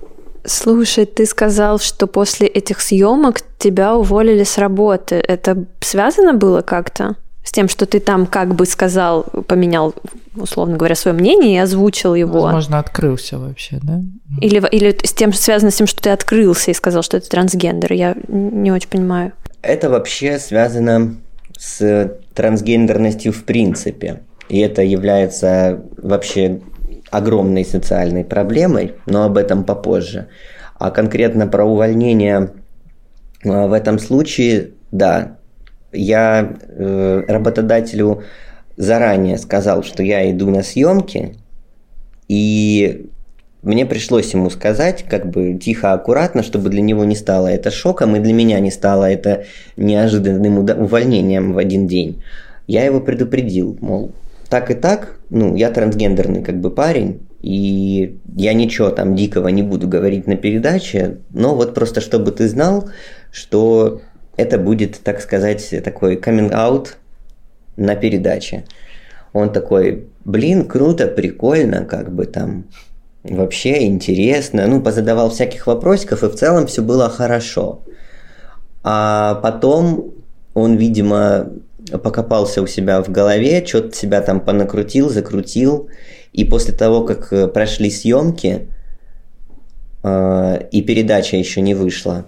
C: Слушай, ты сказал, что после этих съемок тебя уволили с работы. Это связано было как-то с тем, что ты там как бы сказал, поменял, условно говоря, свое мнение и озвучил его?
B: Возможно, открылся вообще, да?
C: Или с тем, связано с тем, что ты открылся и сказал, что это трансгендер? Я не очень понимаю.
A: Это вообще связано с трансгендерностью в принципе. И это является вообще огромной социальной проблемой, но об этом попозже. А конкретно про увольнение в этом случае, да, я работодателю заранее сказал, что я иду на съемки, и мне пришлось ему сказать, как бы тихо, аккуратно, чтобы для него не стало это шоком, и для меня не стало это неожиданным увольнением в один день. Я его предупредил, мол, так и так, я трансгендерный как бы парень, и я ничего там дикого не буду говорить на передаче, но вот просто чтобы ты знал, что это будет, так сказать, такой coming-out на передаче. Он такой, блин, круто, прикольно, как бы там вообще интересно, позадавал всяких вопросиков, и в целом все было хорошо. А потом он, видимо, покопался у себя в голове, что-то себя там понакрутил, закрутил, и после того, как прошли съемки, и передача еще не вышла,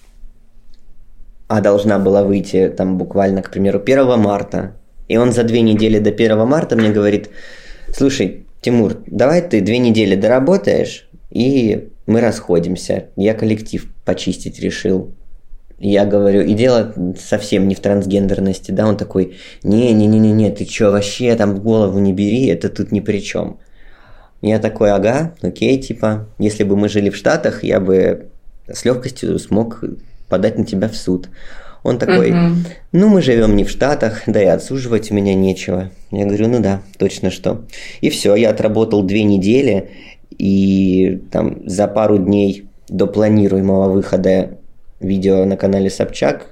A: а должна была выйти там буквально, к примеру, 1 марта, и он за 2 недели до 1 марта мне говорит, слушай, Тимур, давай ты 2 недели доработаешь, и мы расходимся, я коллектив почистить решил. Я говорю, и дело совсем не в трансгендерности, да, он такой, не, ты чё, вообще там в голову не бери, это тут ни при чем. Я такой, ага, окей, типа, если бы мы жили в Штатах, я бы с легкостью смог подать на тебя в суд. Он такой, мы живем не в Штатах, да и отсуживать у меня нечего. Я говорю, да, точно что. И все, я отработал 2 недели, и там за пару дней до планируемого выхода видео на канале Собчак,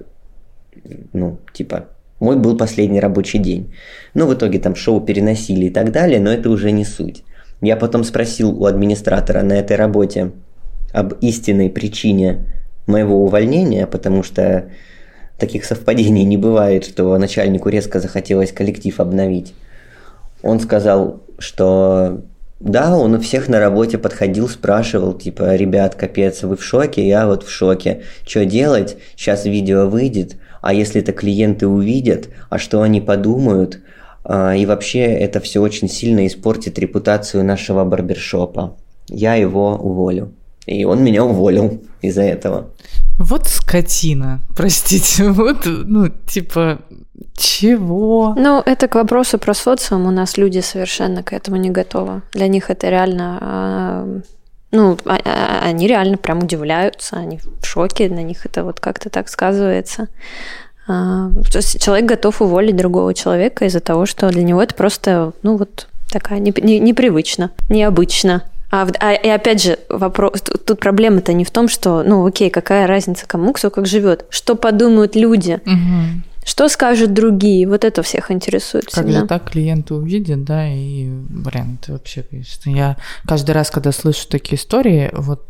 A: мой был последний рабочий день. В итоге там шоу переносили и так далее, но это уже не суть. Я потом спросил у администратора на этой работе об истинной причине моего увольнения, потому что таких совпадений не бывает, что начальнику резко захотелось коллектив обновить. Он сказал, что да, он у всех на работе подходил, спрашивал, типа, ребят, капец, вы в шоке? Я вот в шоке. Что делать? Сейчас видео выйдет, а если это клиенты увидят, а что они подумают? И вообще это все очень сильно испортит репутацию нашего барбершопа. Я его уволю. И он меня уволил из-за этого.
B: Вот скотина, простите, чего?
C: Это к вопросу про социум. У нас люди совершенно к этому не готовы. Для них это реально... они реально прям удивляются, они в шоке, на них это вот как-то так сказывается. То есть человек готов уволить другого человека из-за того, что для него это просто, такая непривычно, необычно. И опять же, вопрос, тут проблема-то не в том, что, окей, какая разница кому, кто как живет. Что подумают люди?
B: Угу.
C: Что скажут другие? Вот это всех интересует
B: как
C: всегда.
B: же так клиенты увидят, да, и, это вообще, конечно, я каждый раз, когда слышу такие истории,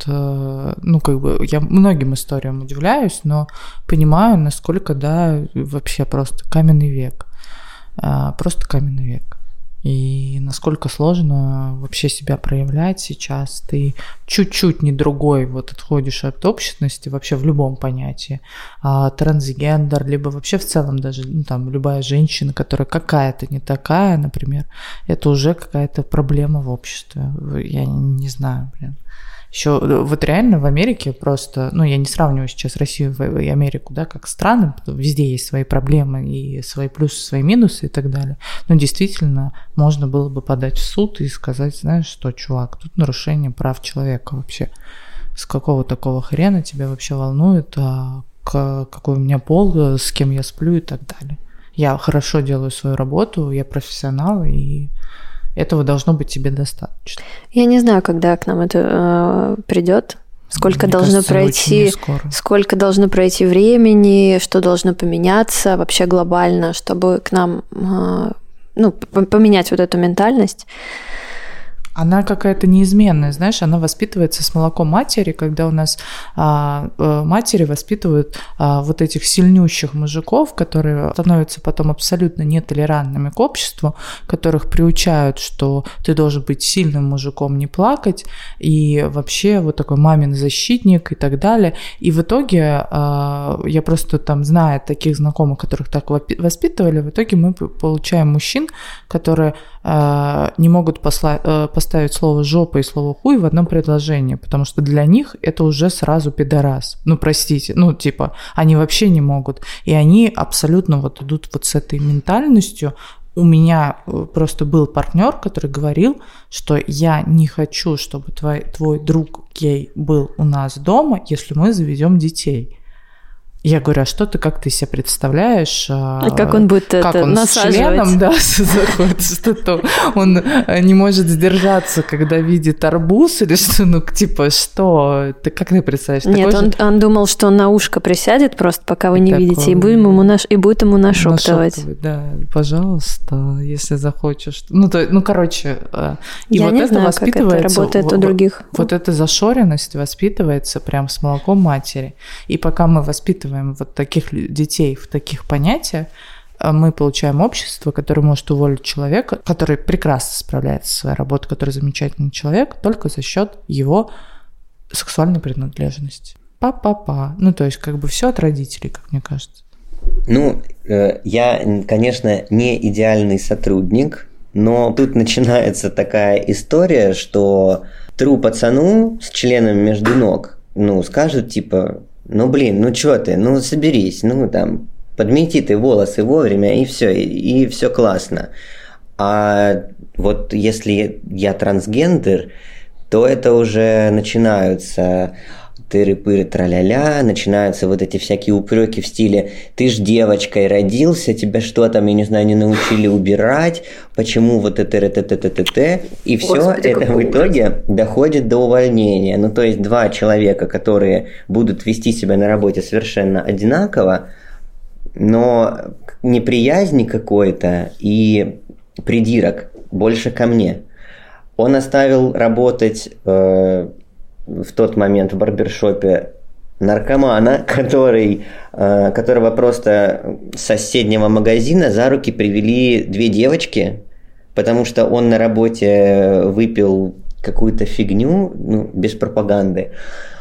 B: я многим историям удивляюсь, но понимаю, насколько, да, вообще просто каменный век. Просто каменный век. И насколько сложно вообще себя проявлять сейчас. Ты чуть-чуть не другой, отходишь от общественности вообще в любом понятии. Трансгендер, либо вообще в целом даже любая женщина, которая какая-то не такая, например, это уже какая-то проблема в обществе. Я не знаю, Еще реально в Америке просто, я не сравниваю сейчас Россию и Америку, да, как страны, везде есть свои проблемы и свои плюсы, свои минусы и так далее. Но действительно можно было бы подать в суд и сказать, знаешь что, чувак, тут нарушение прав человека вообще. С какого такого хрена тебя вообще волнует, какой у меня пол, с кем я сплю и так далее. Я хорошо делаю свою работу, я профессионал, и этого должно быть тебе достаточно.
C: Я не знаю, когда к нам это придет, сколько должно пройти времени, что должно поменяться вообще глобально, чтобы к нам поменять эту ментальность.
B: она какая-то неизменная, знаешь, она воспитывается с молоком матери, когда у нас матери воспитывают вот этих сильнющих мужиков, которые становятся потом абсолютно нетолерантными к обществу, которых приучают, что ты должен быть сильным мужиком, не плакать, и вообще вот такой мамин защитник и так далее. И в итоге я просто там знаю таких знакомых, которых так воспитывали, в итоге мы получаем мужчин, которые не могут поставить слово «жопа» и слово «хуй» в одном предложении, потому что для них это уже сразу пидорас. Ну, простите, ну, типа, они вообще не могут. И они абсолютно вот идут вот с этой ментальностью. У меня просто был партнер, который говорил, что я не хочу, чтобы твой друг гей был у нас дома, если мы заведем детей. Я говорю, а что ты, как ты себе представляешь?
C: Как он будет
B: как
C: это
B: он
C: насаживать?
B: С членом, да, заходит, что-то он не может сдержаться, когда видит арбуз или что, ну, типа, что? Ты как ты представляешь?
C: Нет, он думал, что он на ушко присядет просто, пока вы не видите, и будет ему нашептывать.
B: Да, пожалуйста, если захочешь. Ну, короче, и
C: я
B: вот
C: не
B: это
C: знаю,
B: воспитывается.
C: Как это работает у других.
B: Вот эта зашоренность воспитывается прям с молоком матери. И пока мы воспитываем вот таких детей в таких понятиях, мы получаем общество, которое может уволить человека, который прекрасно справляется со своей работой, который замечательный человек, только за счет его сексуальной принадлежности. Па-па-па. Ну, то есть, как бы все от родителей, как мне кажется.
A: Ну, я, конечно, не идеальный сотрудник, но тут начинается такая история, что тру пацану с членом между ног, ну, скажут, типа, ну, блин, ну, чё ты, ну, соберись, ну, там, подмети ты волосы вовремя, и все классно. А вот если я трансгендер, то это уже начинаются тыры-пыры, траля-ля, начинаются вот эти всякие упреки в стиле «ты ж девочкой родился, тебя что там, я не знаю, не научили убирать, почему вот это т-т-т-т-т-т». И все это в итоге доходит до увольнения. Ну, то есть два человека, которые будут вести себя на работе совершенно одинаково, но неприязни какой-то и придирок больше ко мне. Он оставил работать в тот момент в барбершопе наркомана, которого просто с соседнего магазина за руки привели две девочки, потому что он на работе выпил какую-то фигню, ну, без пропаганды,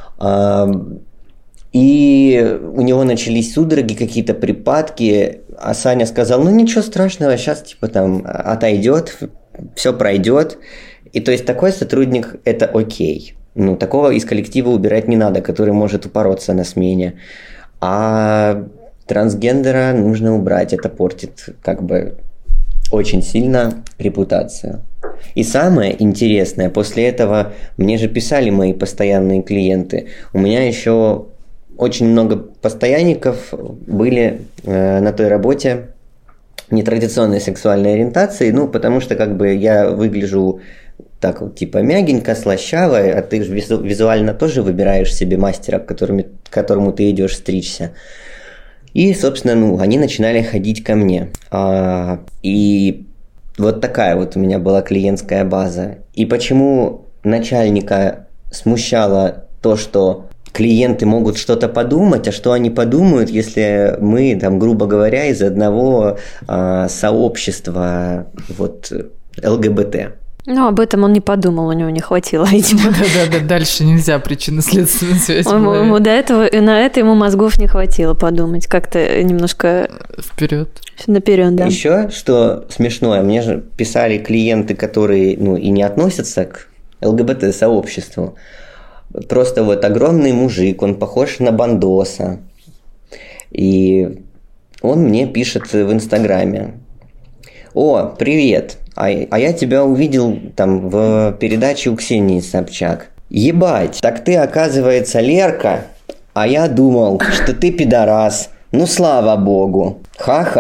A: и у него начались судороги, какие-то припадки, а Саня сказал, ну ничего страшного, сейчас типа там отойдет, все пройдет. И то есть такой сотрудник – это окей. Ну, такого из коллектива убирать не надо, который может упороться на смене. А трансгендера нужно убрать, это портит как бы очень сильно репутацию. И самое интересное, после этого мне же писали мои постоянные клиенты. У меня еще очень много постоянников были на той работе нетрадиционной сексуальной ориентации, ну, потому что как бы я выгляжу так вот, типа, мягенько, слащаво, а ты же визуально тоже выбираешь себе мастера, к которому ты идешь стричься. И, собственно, ну, они начинали ходить ко мне. И вот такая вот у меня была клиентская база. И почему начальника смущало то, что клиенты могут что-то подумать, а что они подумают, если мы, там, грубо говоря, из одного сообщества вот, ЛГБТ.
C: Ну, об этом он не подумал, у него не хватило, видимо.
B: Да, дальше нельзя причинно-следственную связь.
C: Ему до этого, и на это ему мозгов не хватило подумать, как-то немножко... Наперед, да.
A: Еще, что смешное, мне же писали клиенты, которые, ну, и не относятся к ЛГБТ-сообществу. Просто вот огромный мужик, он похож на бандоса. И он мне пишет в Инстаграме: «О, привет, а я тебя увидел там в передаче у Ксении Собчак. Ебать, так ты, оказывается, Лерка, а я думал, что ты пидорас. Ну, слава богу.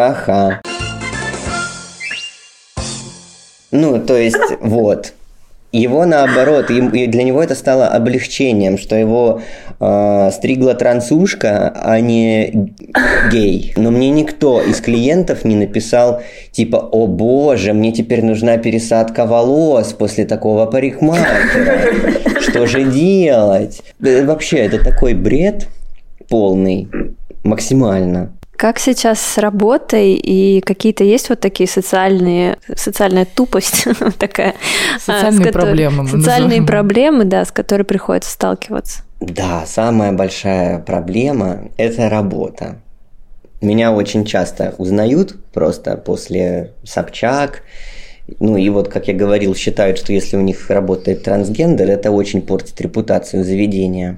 A: Ха-ха-ха». Ну, то есть, вот. Его наоборот, и для него это стало облегчением, что его стригла трансушка, а не гей. Но мне никто из клиентов не написал, типа, о боже, мне теперь нужна пересадка волос после такого парикмахера. Что же делать? Вообще, это такой бред полный, максимально.
C: Как сейчас с работой и какие-то есть вот такие социальная тупость такая?
B: Социальные проблемы.
C: Социальные проблемы, да, с которой приходится сталкиваться.
A: Да, самая большая проблема – это работа. Меня очень часто узнают просто после Собчак. Ну и вот, как я говорил, считают, что если у них работает трансгендер, это очень портит репутацию заведения.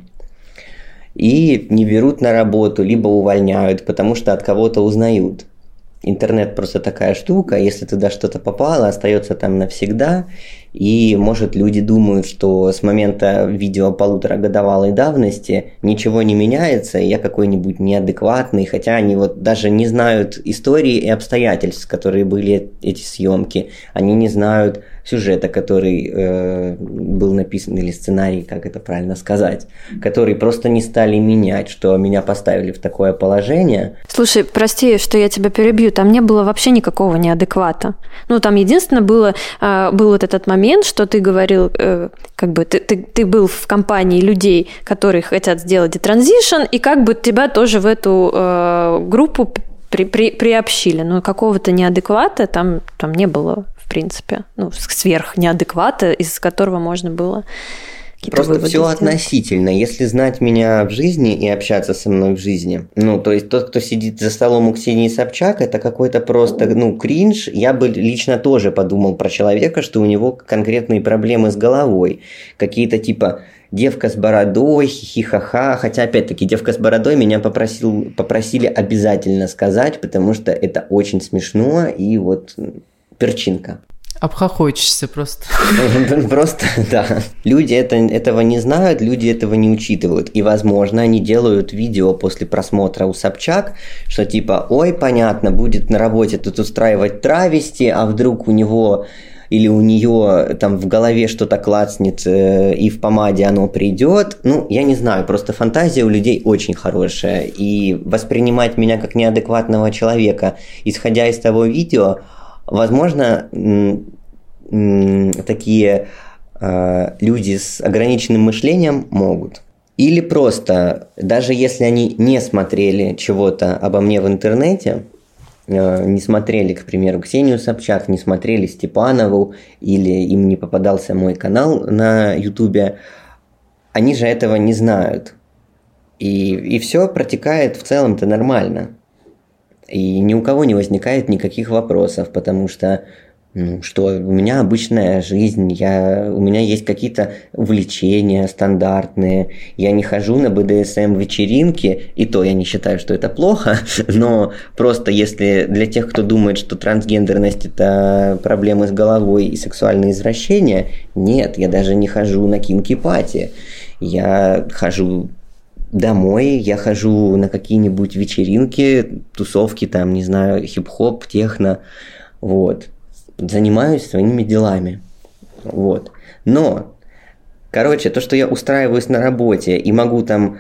A: И не берут на работу, либо увольняют, потому что от кого-то узнают. Интернет просто такая штука, если туда что-то попало, остается там навсегда. И, может, люди думают, что с момента видео 1,5-годовалой давности ничего не меняется, и я какой-нибудь неадекватный, хотя они вот даже не знают истории и обстоятельств, которые были эти съемки. Они не знают сюжета, который был написан, или сценарий, как это правильно сказать, который просто не стали менять, что меня поставили в такое положение.
C: Слушай, прости, что я тебя перебью, там не было вообще никакого неадеквата. Ну, там единственное был вот этот момент, что ты говорил, как бы ты был в компании людей, которые хотят сделать детранзишн, и как бы тебя тоже в эту группу приобщили. Но какого-то неадеквата там не было. В принципе, сверх неадеквата, из которого можно было какие-то
A: просто
C: выводы
A: все
C: сделать.
A: относительно. Если знать меня в жизни и общаться со мной в жизни, то есть тот, кто сидит за столом у Ксении Собчак, это какой-то просто, кринж. Я бы лично тоже подумал про человека, что у него конкретные проблемы с головой. Какие-то типа девка с бородой, хихи-ха-ха. Хотя, опять-таки, девка с бородой меня попросили обязательно сказать, потому что это очень смешно и вот... перчинка.
B: Обхохочешься просто.
A: Просто, да. Люди этого не знают, люди этого не учитывают. И, возможно, они делают видео после просмотра у Собчак, что типа, ой, понятно, будет на работе тут устраивать травести, а вдруг у него или у нее там в голове что-то клацнет, и в помаде оно придет. Я не знаю, просто фантазия у людей очень хорошая. И воспринимать меня как неадекватного человека, исходя из того видео, возможно, такие люди с ограниченным мышлением могут. Или просто, даже если они не смотрели чего-то обо мне в интернете, не смотрели, к примеру, Ксению Собчак, не смотрели Степанову, или им не попадался мой канал на Ютубе, они же этого не знают. И все протекает в целом-то нормально. И ни у кого не возникает никаких вопросов, потому что, что у меня обычная жизнь, у меня есть какие-то увлечения стандартные, я не хожу на БДСМ-вечеринки, и то я не считаю, что это плохо, но просто если для тех, кто думает, что трансгендерность – это проблемы с головой и сексуальные извращения, нет, я даже не хожу на кинки-пати, я хожу домой, я хожу на какие-нибудь вечеринки, тусовки, там, не знаю, хип-хоп, техно, вот. Занимаюсь своими делами, вот. Но, то, что я устраиваюсь на работе и могу там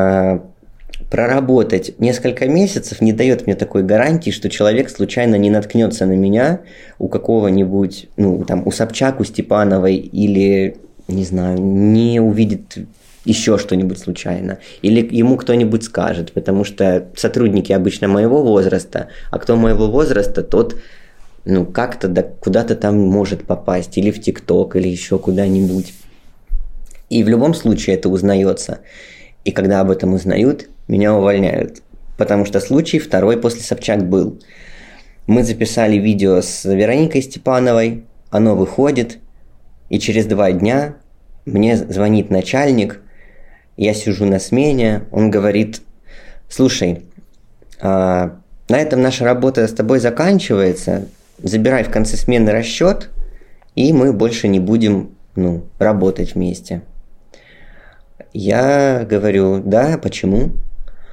A: проработать несколько месяцев, не дает мне такой гарантии, что человек случайно не наткнется на меня у какого-нибудь, у Собчак, у Степановой, или, не знаю, не увидит еще что-нибудь случайно. Или ему кто-нибудь скажет, потому что сотрудники обычно моего возраста, а кто моего возраста, тот как-то куда-то там может попасть, или в ТикТок, или еще куда-нибудь. И в любом случае это узнается. И когда об этом узнают, меня увольняют. Потому что случай второй после Собчак был. Мы записали видео с Вероникой Степановой, оно выходит, и через 2 дня мне звонит начальник. Я сижу на смене, он говорит: слушай, на этом наша работа с тобой заканчивается, забирай в конце смены расчет, и мы больше не будем работать вместе. Я говорю: да, почему?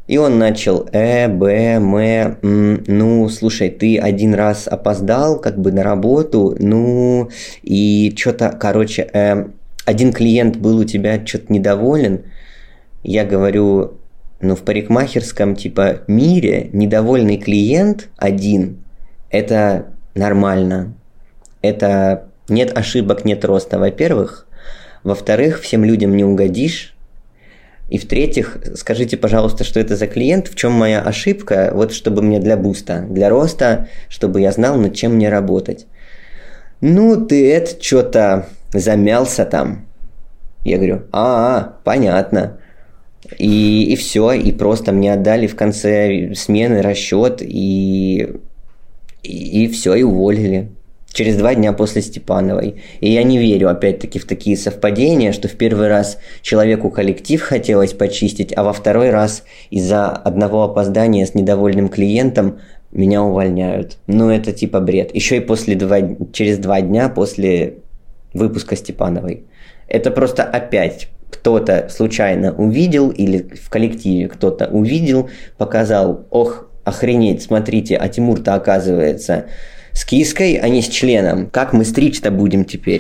A: И он начал Б, М, ну, слушай, ты один раз опоздал как бы на работу, ну, и что-то, короче, один клиент был у тебя что-то недоволен. Я говорю, ну, в парикмахерском, типа, мире недовольный клиент один – это нормально. Это нет ошибок, нет роста, во-первых. Во-вторых, всем людям не угодишь. И в-третьих, скажите, пожалуйста, что это за клиент, в чем моя ошибка, вот чтобы мне для буста, для роста, чтобы я знал, над чем мне работать. Ну, ты это что-то замялся там. Я говорю, понятно. И все, и просто мне отдали в конце смены расчет, и все, и уволили. Через 2 дня после Степановой. И я не верю, опять-таки, в такие совпадения, что в первый раз человеку коллектив хотелось почистить, а во второй раз из-за одного опоздания с недовольным клиентом меня увольняют. Ну, это типа бред. Еще и через 2 дня после выпуска Степановой. Это просто опять кто-то случайно увидел, или в коллективе кто-то увидел, показал, ох, охренеть, смотрите, а Тимур-то оказывается... с киской, а не с членом. Как мы стричь-то будем теперь?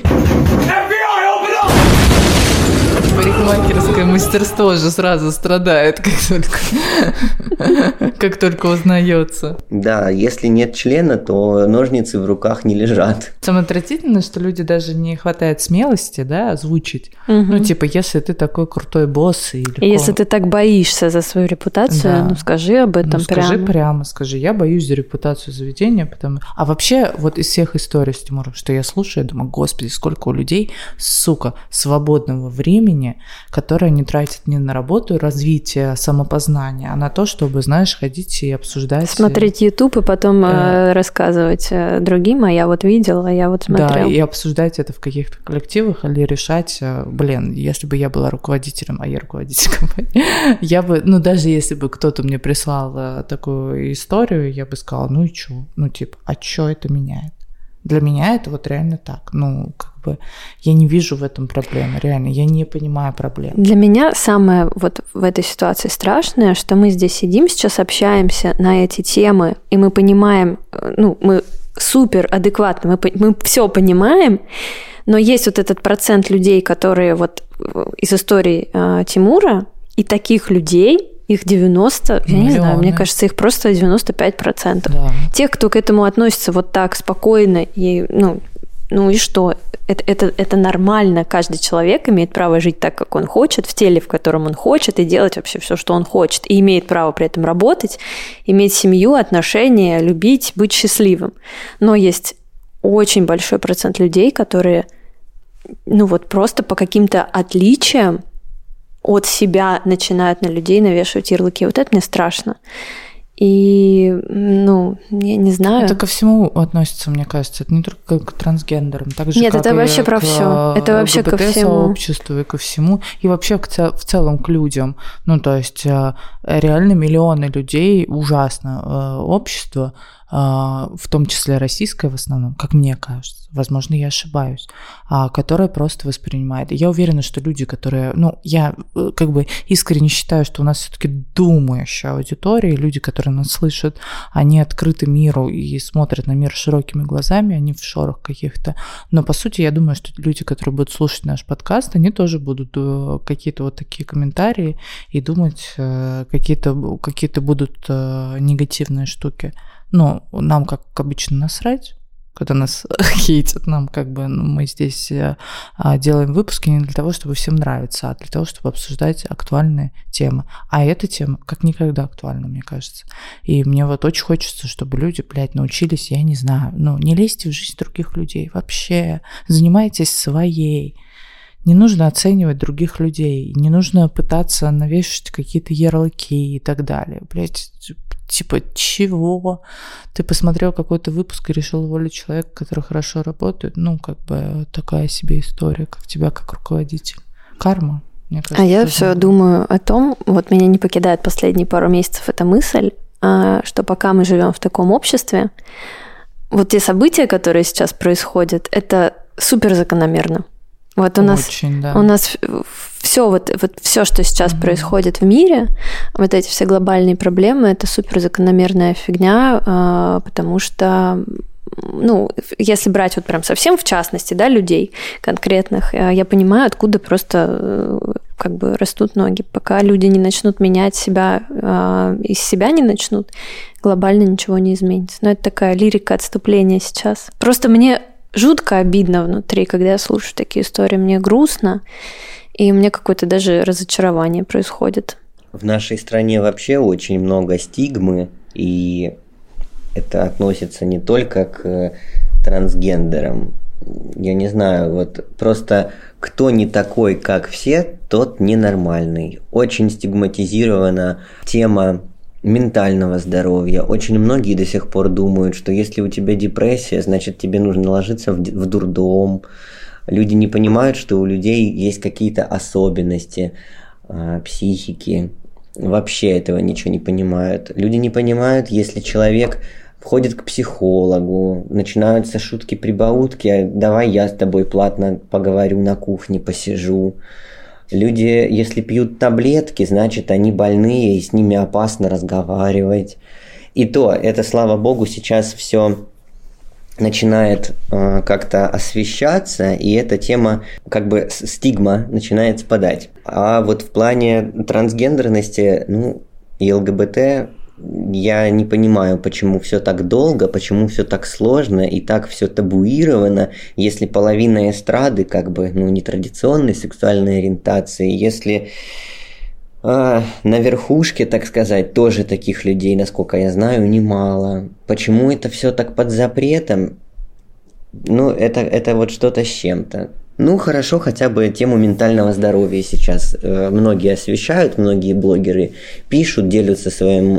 B: Парикмахерское мастерство же сразу страдает, как только узнается.
A: Да, если нет члена, то ножницы в руках не лежат.
B: Самое отвратительное, что люди даже не хватает смелости, да, озвучить. Ну, типа, если ты такой крутой босс или...
C: И если ты так боишься за свою репутацию, да. Ну, скажи об этом прямо.
B: Скажи, я боюсь за репутацию заведения, потому... А вообще, вот из всех историй с Тимуром, что я слушаю, я думаю, господи, сколько у людей, сука, свободного времени, которое не тратит ни на работу, развитие, самопознание, а на то, чтобы, знаешь, ходить и обсуждать...
C: Смотреть YouTube и потом рассказывать другим, а я вот видела, а я вот смотрел.
B: Да, и обсуждать это в каких-то коллективах или решать, если бы я была руководителем, а я руководитель компании, я бы, ну, даже если бы кто-то мне прислал такую историю, я бы сказала, ну и чё? Ну, типа, а чё это меняет? Для меня это вот реально так. Ну, как бы, я не вижу в этом проблемы, реально, я не понимаю проблем.
C: Для меня самое вот в этой ситуации страшное, что мы здесь сидим, сейчас общаемся на эти темы, и мы понимаем, ну, мы супер адекватно, мы все понимаем, но есть вот этот процент людей, которые вот из истории Тимура, и таких людей, их 90, я не знаю, мне кажется, их просто 95%. Да. Тех, кто к этому относится вот так спокойно, и, ну и что? Это нормально. Каждый человек имеет право жить так, как он хочет, в теле, в котором он хочет, и делать вообще все, что он хочет. И имеет право при этом работать, иметь семью, отношения, любить, быть счастливым. Но есть очень большой процент людей, которые, ну вот просто по каким-то отличиям от себя начинают на людей навешивать ярлыки. Вот это мне страшно. И, ну, я не знаю.
B: Это ко всему относится, мне кажется. Это не только к трансгендерам. Так же,
C: нет,
B: как
C: это вообще про все. Это вообще ко всему.
B: Сообществу и ко всему. И вообще в целом к людям. Ну, то есть реально миллионы людей, ужасно общество, в том числе российское в основном, как мне кажется, возможно, я ошибаюсь, которое просто воспринимает. И я уверена, что люди, которые... Ну, я как бы искренне считаю, что у нас все-таки думающая аудитория, люди, которые нас слышат, они открыты миру и смотрят на мир широкими глазами, они в шорах каких-то. Но, по сути, я думаю, что люди, которые будут слушать наш подкаст, они тоже будут какие-то вот такие комментарии и думать, какие-то будут негативные штуки. Ну, нам, как обычно, насрать, когда нас хейтят, нам как бы, мы здесь делаем выпуски не для того, чтобы всем нравиться, а для того, чтобы обсуждать актуальные темы. А эта тема как никогда актуальна, мне кажется. И мне вот очень хочется, чтобы люди, научились, я не знаю, не лезьте в жизнь других людей вообще, занимайтесь своей. Не нужно оценивать других людей, не нужно пытаться навешать какие-то ярлыки и так далее. Типа, чего? Ты посмотрел какой-то выпуск и решил уволить человека, который хорошо работает? Такая себе история, как тебя как руководитель. Карма, мне кажется.
C: А я все думаю о том, вот меня не покидает последние пару месяцев эта мысль, что пока мы живем в таком обществе, вот те события, которые сейчас происходят, это супер закономерно. Вот у нас,
B: Очень, да.
C: у нас все, вот все, что сейчас происходит в мире, вот эти все глобальные проблемы, это супер закономерная фигня, потому что, ну, если брать вот прям совсем в частности, да, людей конкретных, я понимаю, откуда просто как бы растут ноги. Пока люди не начнут менять себя, из себя не начнут, глобально ничего не изменится. Но это такая лирика отступления сейчас. Просто мне жутко обидно внутри, когда я слушаю такие истории. Мне грустно, и у меня какое-то даже разочарование происходит.
A: В нашей стране вообще очень много стигмы, и это относится не только к трансгендерам. Я не знаю, вот просто кто не такой, как все, тот ненормальный. Очень стигматизирована тема ментального здоровья. Очень многие до сих пор думают, что если у тебя депрессия, значит тебе нужно ложиться в дурдом. Люди не понимают, что у людей есть какие-то особенности психики. Вообще этого ничего не понимают. Люди не понимают, если человек входит к психологу, начинаются шутки-прибаутки, давай я с тобой платно поговорю на кухне, посижу. Люди, если пьют таблетки, значит, они больные, и с ними опасно разговаривать. И то, это, слава богу, сейчас все начинает как-то освещаться, и эта тема, как бы стигма начинает спадать. А вот в плане трансгендерности, и ЛГБТ, я не понимаю, почему все так долго, почему все так сложно и так все табуировано, если половина эстрады как бы нетрадиционной сексуальной ориентации, если на верхушке, так сказать, тоже таких людей, насколько я знаю, немало. Почему это все так под запретом? Это вот что-то с чем-то. Хорошо, хотя бы тему ментального здоровья сейчас многие освещают, многие блогеры пишут, делятся своим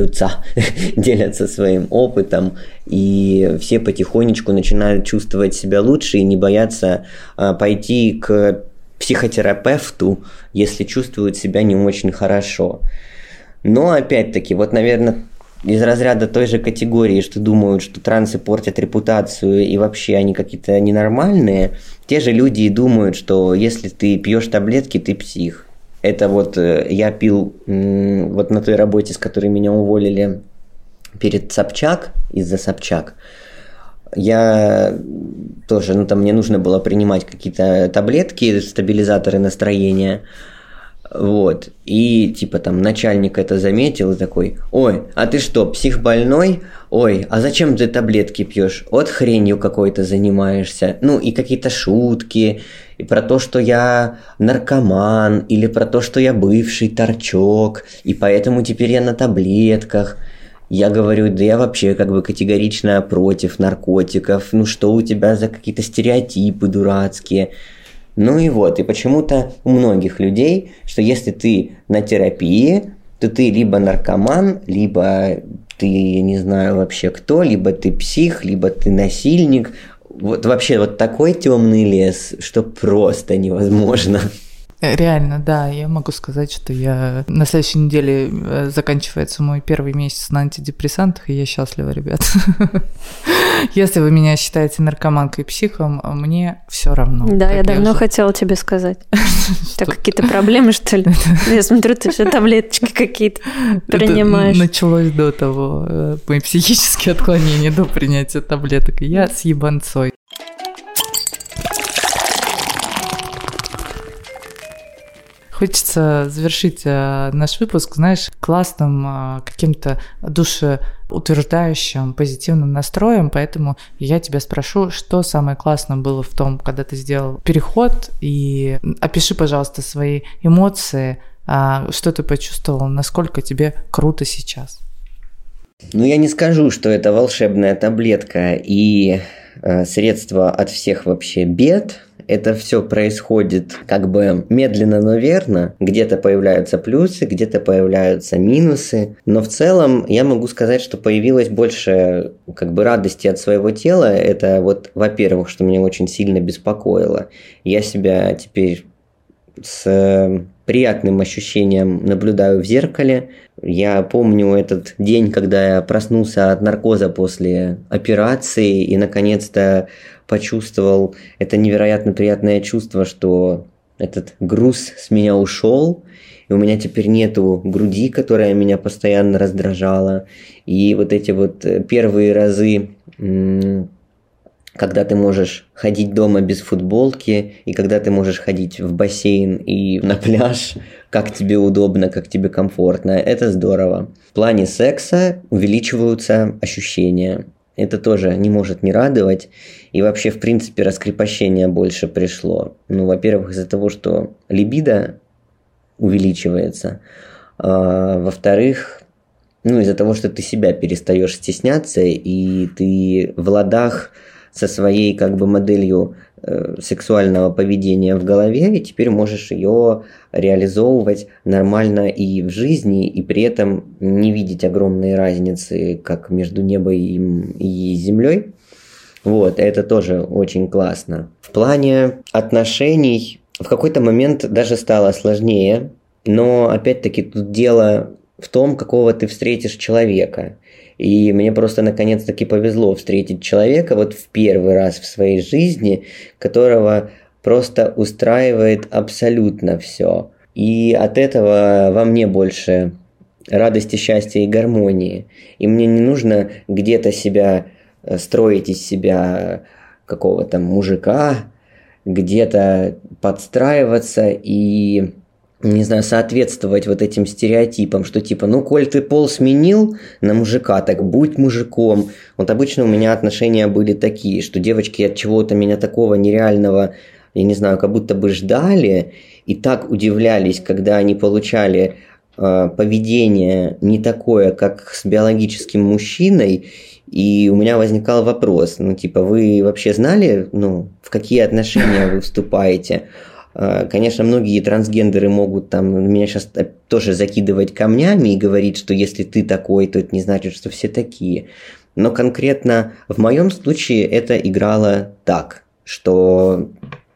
A: опытом, и все потихонечку начинают чувствовать себя лучше и не боятся пойти к психотерапевту, если чувствуют себя не очень хорошо. Но опять-таки, вот, наверное, из разряда той же категории, что думают, что трансы портят репутацию и вообще они какие-то ненормальные, те же люди и думают, что если ты пьешь таблетки, ты псих. Это вот я пил вот на той работе, с которой меня уволили перед Собчак, из-за Собчак. Я тоже, мне нужно было принимать какие-то таблетки, стабилизаторы настроения. Вот. И начальник это заметил и такой: ой, а ты что, психбольной? Ой, а зачем ты таблетки пьешь? Вот хренью какой-то занимаешься. И какие-то шутки, и про то, что я наркоман, или про то, что я бывший торчок, и поэтому теперь я на таблетках. Я говорю, да я вообще категорично против наркотиков. Что у тебя за какие-то стереотипы дурацкие? И почему-то у многих людей, что если ты на терапии, то ты либо наркоман, либо ты не знаю вообще кто, либо ты псих, либо ты насильник. Вот вообще вот такой темный лес, что просто невозможно.
B: Реально, да, я могу сказать, что я на следующей неделе заканчивается мой первый месяц на антидепрессантах, и я счастлива, ребят. Если вы меня считаете наркоманкой и психом, мне все равно.
C: Да, я давно хотела тебе сказать. Так какие-то проблемы, что ли? Я смотрю, ты все таблеточки какие-то принимаешь.
B: Началось до того, мои психические отклонения до принятия таблеток. Я с ебанцой. Хочется завершить наш выпуск, знаешь, классным, каким-то душеутверждающим, позитивным настроем, поэтому я тебя спрошу, что самое классное было в том, когда ты сделал переход, и опиши, пожалуйста, свои эмоции, что ты почувствовал, насколько тебе круто сейчас.
A: Я не скажу, что это волшебная таблетка и средство от всех вообще бед. Это все происходит медленно, но верно. Где-то появляются плюсы, где-то появляются минусы. Но в целом я могу сказать, что появилось больше радости от своего тела. Это во-первых, что меня очень сильно беспокоило. Я себя теперь с приятным ощущением наблюдаю в зеркале. Я помню этот день, когда я проснулся от наркоза после операции и наконец-то почувствовал это невероятно приятное чувство, что этот груз с меня ушел, и у меня теперь нету груди, которая меня постоянно раздражала. И вот эти вот первые разы, когда ты можешь ходить дома без футболки, и когда ты можешь ходить в бассейн и на пляж, как тебе удобно, как тебе комфортно, это здорово. В плане секса увеличиваются ощущения. Это тоже не может не радовать. И вообще, в принципе, раскрепощение больше пришло. Ну, во-первых, из-за того, что либидо увеличивается. Во-вторых, из-за того, что ты себя перестаешь стесняться, и ты в ладах со своей моделью сексуального поведения в голове, и теперь можешь ее реализовывать нормально и в жизни, и при этом не видеть огромной разницы, как между небом и землей. Вот, это тоже очень классно. В плане отношений в какой-то момент даже стало сложнее, но опять-таки тут дело в том, какого ты встретишь человека. И мне просто наконец-таки повезло встретить человека вот в первый раз в своей жизни, которого просто устраивает абсолютно все. И от этого во мне больше радости, счастья и гармонии. И мне не нужно где-то себя строить из себя какого-то мужика, где-то подстраиваться и, не знаю, соответствовать вот этим стереотипам, что типа, коль ты пол сменил на мужика, так будь мужиком. Вот обычно у меня отношения были такие, что девочки от чего-то меня такого нереального, я не знаю, как будто бы ждали и так удивлялись, когда они получали поведение не такое, как с биологическим мужчиной. И у меня возникал вопрос, вы вообще знали, в какие отношения вы вступаете? Конечно, многие трансгендеры могут меня сейчас тоже закидывать камнями и говорить, что если ты такой, то это не значит, что все такие. Но конкретно в моем случае это играло так, что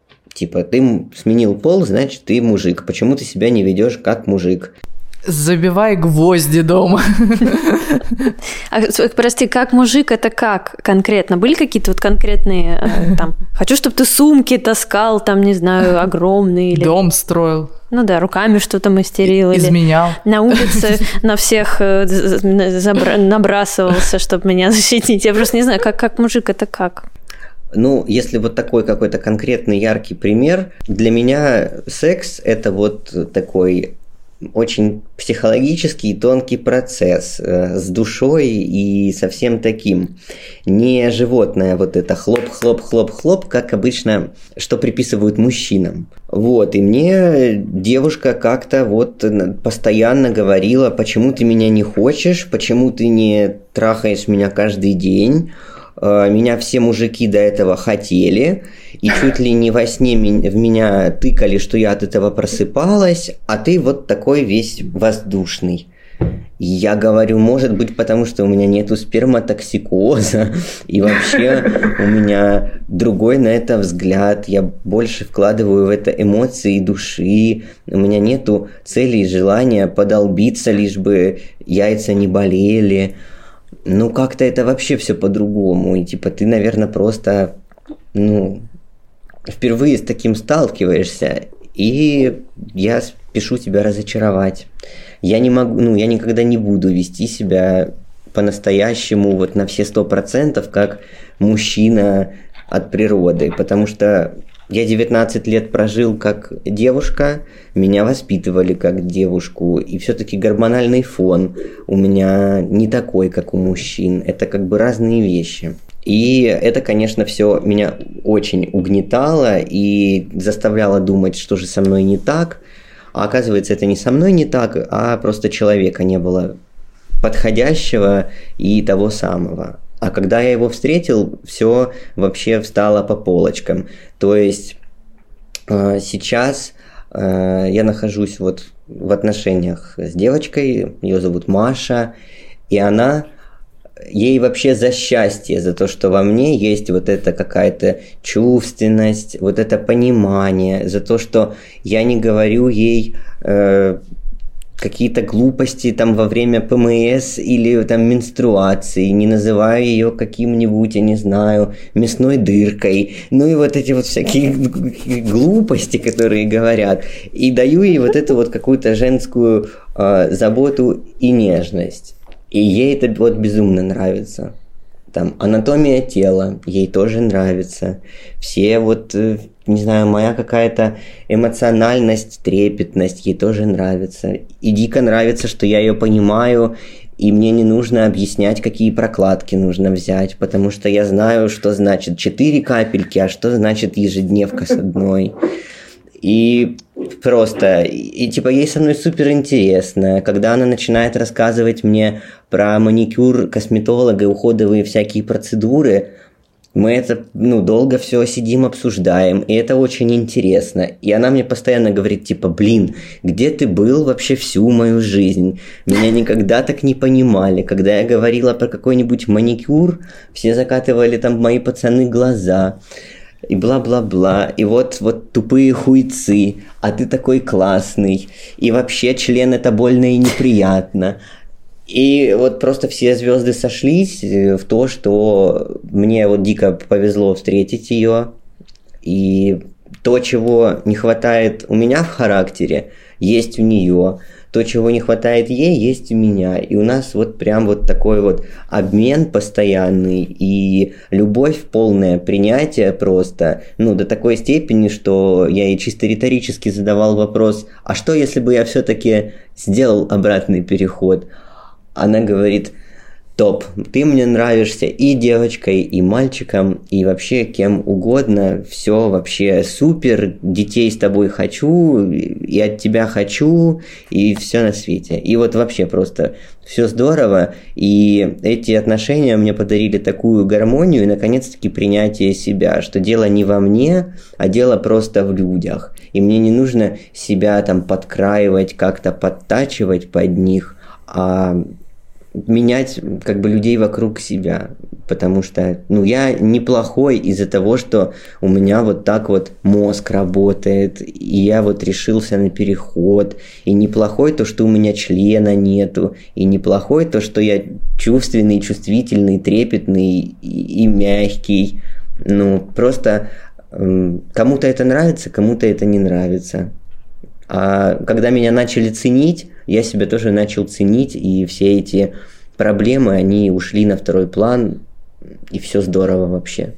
A: ты сменил пол, значит ты мужик. Почему ты себя не ведешь как мужик?
B: Забивай гвозди дома.
C: Прости, как мужик, это как конкретно? Были какие-то вот конкретные, хочу, чтобы ты сумки таскал, не знаю, огромные. Или...
B: Дом строил.
C: Руками что-то мастерил.
B: Изменял.
C: Или на улице на всех набрасывался, чтобы меня защитить. Я просто не знаю, как мужик, это как?
A: Если вот такой какой-то конкретный яркий пример, для меня секс – это вот такой очень психологический и тонкий процесс с душой и со всем таким. Не животное вот это хлоп-хлоп-хлоп-хлоп, как обычно, что приписывают мужчинам. Вот, и мне девушка как-то вот постоянно говорила, почему ты меня не хочешь, почему ты не трахаешь меня каждый день. Меня все мужики до этого хотели, и чуть ли не во сне в меня тыкали, что я от этого просыпалась, а ты вот такой весь воздушный. И я говорю, может быть, потому что у меня нету сперматоксикоза, и вообще у меня другой на это взгляд, я больше вкладываю в это эмоции души, у меня нету цели и желания подолбиться, лишь бы яйца не болели. Как-то это вообще все по-другому. И ты, наверное, просто, впервые с таким сталкиваешься. И я спешу тебя разочаровать. Я не могу, я никогда не буду вести себя по-настоящему вот на все 100%, как мужчина от природы. Потому что я 19 лет прожил как девушка, меня воспитывали как девушку, и все-таки гормональный фон у меня не такой, как у мужчин. Это разные вещи. И это, конечно, все меня очень угнетало и заставляло думать, что же со мной не так. А оказывается, это не со мной не так, а просто человека не было подходящего и того самого. А когда я его встретил, все вообще встало по полочкам. То есть сейчас я нахожусь вот в отношениях с девочкой, ее зовут Маша, и ей вообще за счастье, за то, что во мне есть вот эта какая-то чувственность, вот это понимание, за то, что я не говорю ей какие-то глупости там во время ПМС или там менструации, не называю ее каким-нибудь, я не знаю, мясной дыркой, ну и вот эти вот всякие глупости, которые говорят, и даю ей вот эту вот какую-то женскую заботу и нежность, и ей это вот безумно нравится. Там анатомия тела ей тоже нравится, все вот, не знаю, моя какая-то эмоциональность, трепетность ей тоже нравится. И дико нравится, что я ее понимаю, и мне не нужно объяснять, какие прокладки нужно взять, потому что я знаю, что значит 4 капельки, а что значит ежедневка с одной. И просто, и типа ей со мной супер интересно, когда она начинает рассказывать мне про маникюр, косметолога и уходовые всякие процедуры, мы это, долго все сидим, обсуждаем, и это очень интересно. И она мне постоянно говорит, типа, блин, где ты был вообще всю мою жизнь? Меня никогда так не понимали. Когда я говорила про какой-нибудь маникюр, все закатывали там мои пацаны глаза. И бла-бла-бла, и вот тупые хуйцы, а ты такой классный, и вообще член это больно и неприятно. И вот просто все звезды сошлись в то, что мне вот дико повезло встретить ее, и то, чего не хватает у меня в характере, есть у нее. То, чего не хватает ей, есть у меня. И у нас вот прям вот такой вот обмен постоянный и любовь, полное принятие просто, до такой степени, что я ей чисто риторически задавал вопрос, а что, если бы я все-таки сделал обратный переход? Она говорит, топ, ты мне нравишься и девочкой, и мальчиком, и вообще кем угодно, все вообще супер, детей с тобой хочу, и от тебя хочу, и все на свете. И вот вообще просто все здорово, и эти отношения мне подарили такую гармонию и наконец-таки принятие себя, что дело не во мне, а дело просто в людях. И мне не нужно себя там подкраивать, как-то подтачивать под них, а менять как бы людей вокруг себя, потому что, я неплохой из-за того, что у меня вот так вот мозг работает, и я вот решился на переход, и неплохой то, что у меня члена нету, и неплохой то, что я чувственный, чувствительный, трепетный и мягкий, просто кому-то это нравится, кому-то это не нравится. А когда меня начали ценить, я себя тоже начал ценить, и все эти проблемы, они ушли на второй план, и все здорово вообще.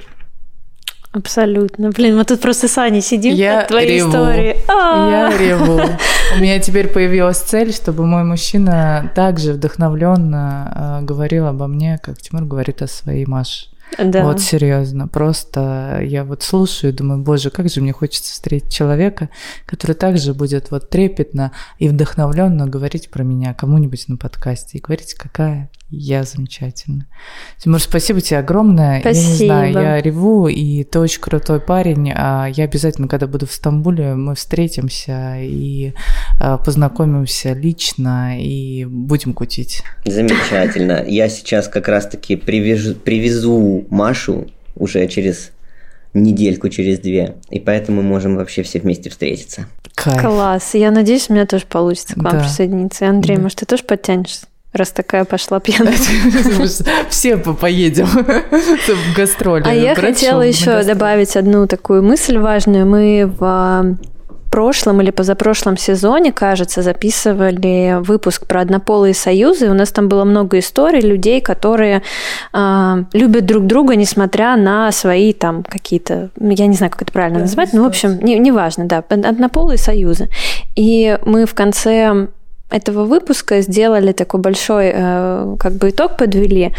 C: Абсолютно. Блин, мы тут просто с Аней сидим от твоей истории.
B: Я реву. У меня теперь появилась цель, чтобы мой мужчина также вдохновленно говорил обо мне, как Тимур говорит о своей Маше.
C: Да.
B: Вот серьезно, просто я вот слушаю и думаю, боже, как же мне хочется встретить человека, который также будет вот трепетно и вдохновленно говорить про меня кому-нибудь на подкасте и говорить, какая я замечательная. Тимур, спасибо тебе огромное.
C: Спасибо.
B: Я не знаю, я реву, и ты очень крутой парень. Я обязательно, когда буду в Стамбуле, мы встретимся и познакомимся лично и будем кутить.
A: Замечательно. Я сейчас как раз-таки привезу Машу уже через недельку, через 2, и поэтому мы можем вообще все вместе встретиться.
B: Кайф.
C: Класс. Я надеюсь, у меня тоже получится к вам присоединиться. И, Андрей,
B: Да.
C: может, ты тоже подтянешься? Раз такая пошла пьяная.
B: Все поедем в гастроли.
C: А я хотела еще добавить одну такую мысль важную. Мы в прошлом или позапрошлом сезоне, кажется, записывали выпуск про однополые союзы. У нас там было много историй людей, которые любят друг друга, несмотря на свои там какие-то, я не знаю, как это правильно назвать, но, в общем, неважно, да, однополые союзы. И мы в конце этого выпуска сделали такой большой как бы итог, подвели.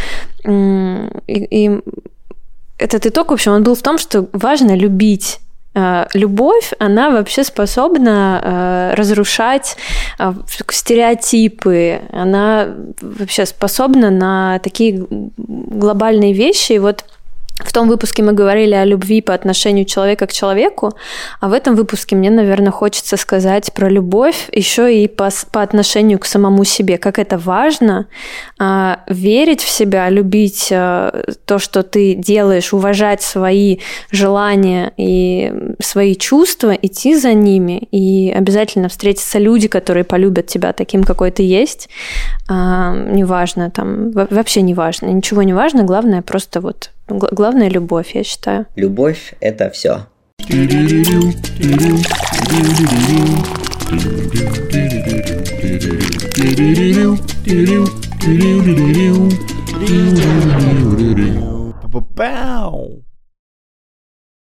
C: И этот итог, в общем, он был в том, что важно любить. Любовь, она вообще способна разрушать стереотипы, она вообще способна на такие глобальные вещи. И вот В том выпуске мы говорили о любви по отношению человека к человеку, а в этом выпуске мне, наверное, хочется сказать про любовь еще и по отношению к самому себе. Как это важно верить в себя, любить то, что ты делаешь, уважать свои желания и свои чувства, идти за ними, и обязательно встретятся люди, которые полюбят тебя таким, какой ты есть. Неважно, там, вообще не важно, ничего не важно, главное просто вот... Главное – любовь, я считаю.
A: Любовь – это все.
D: Ba-ba-bow.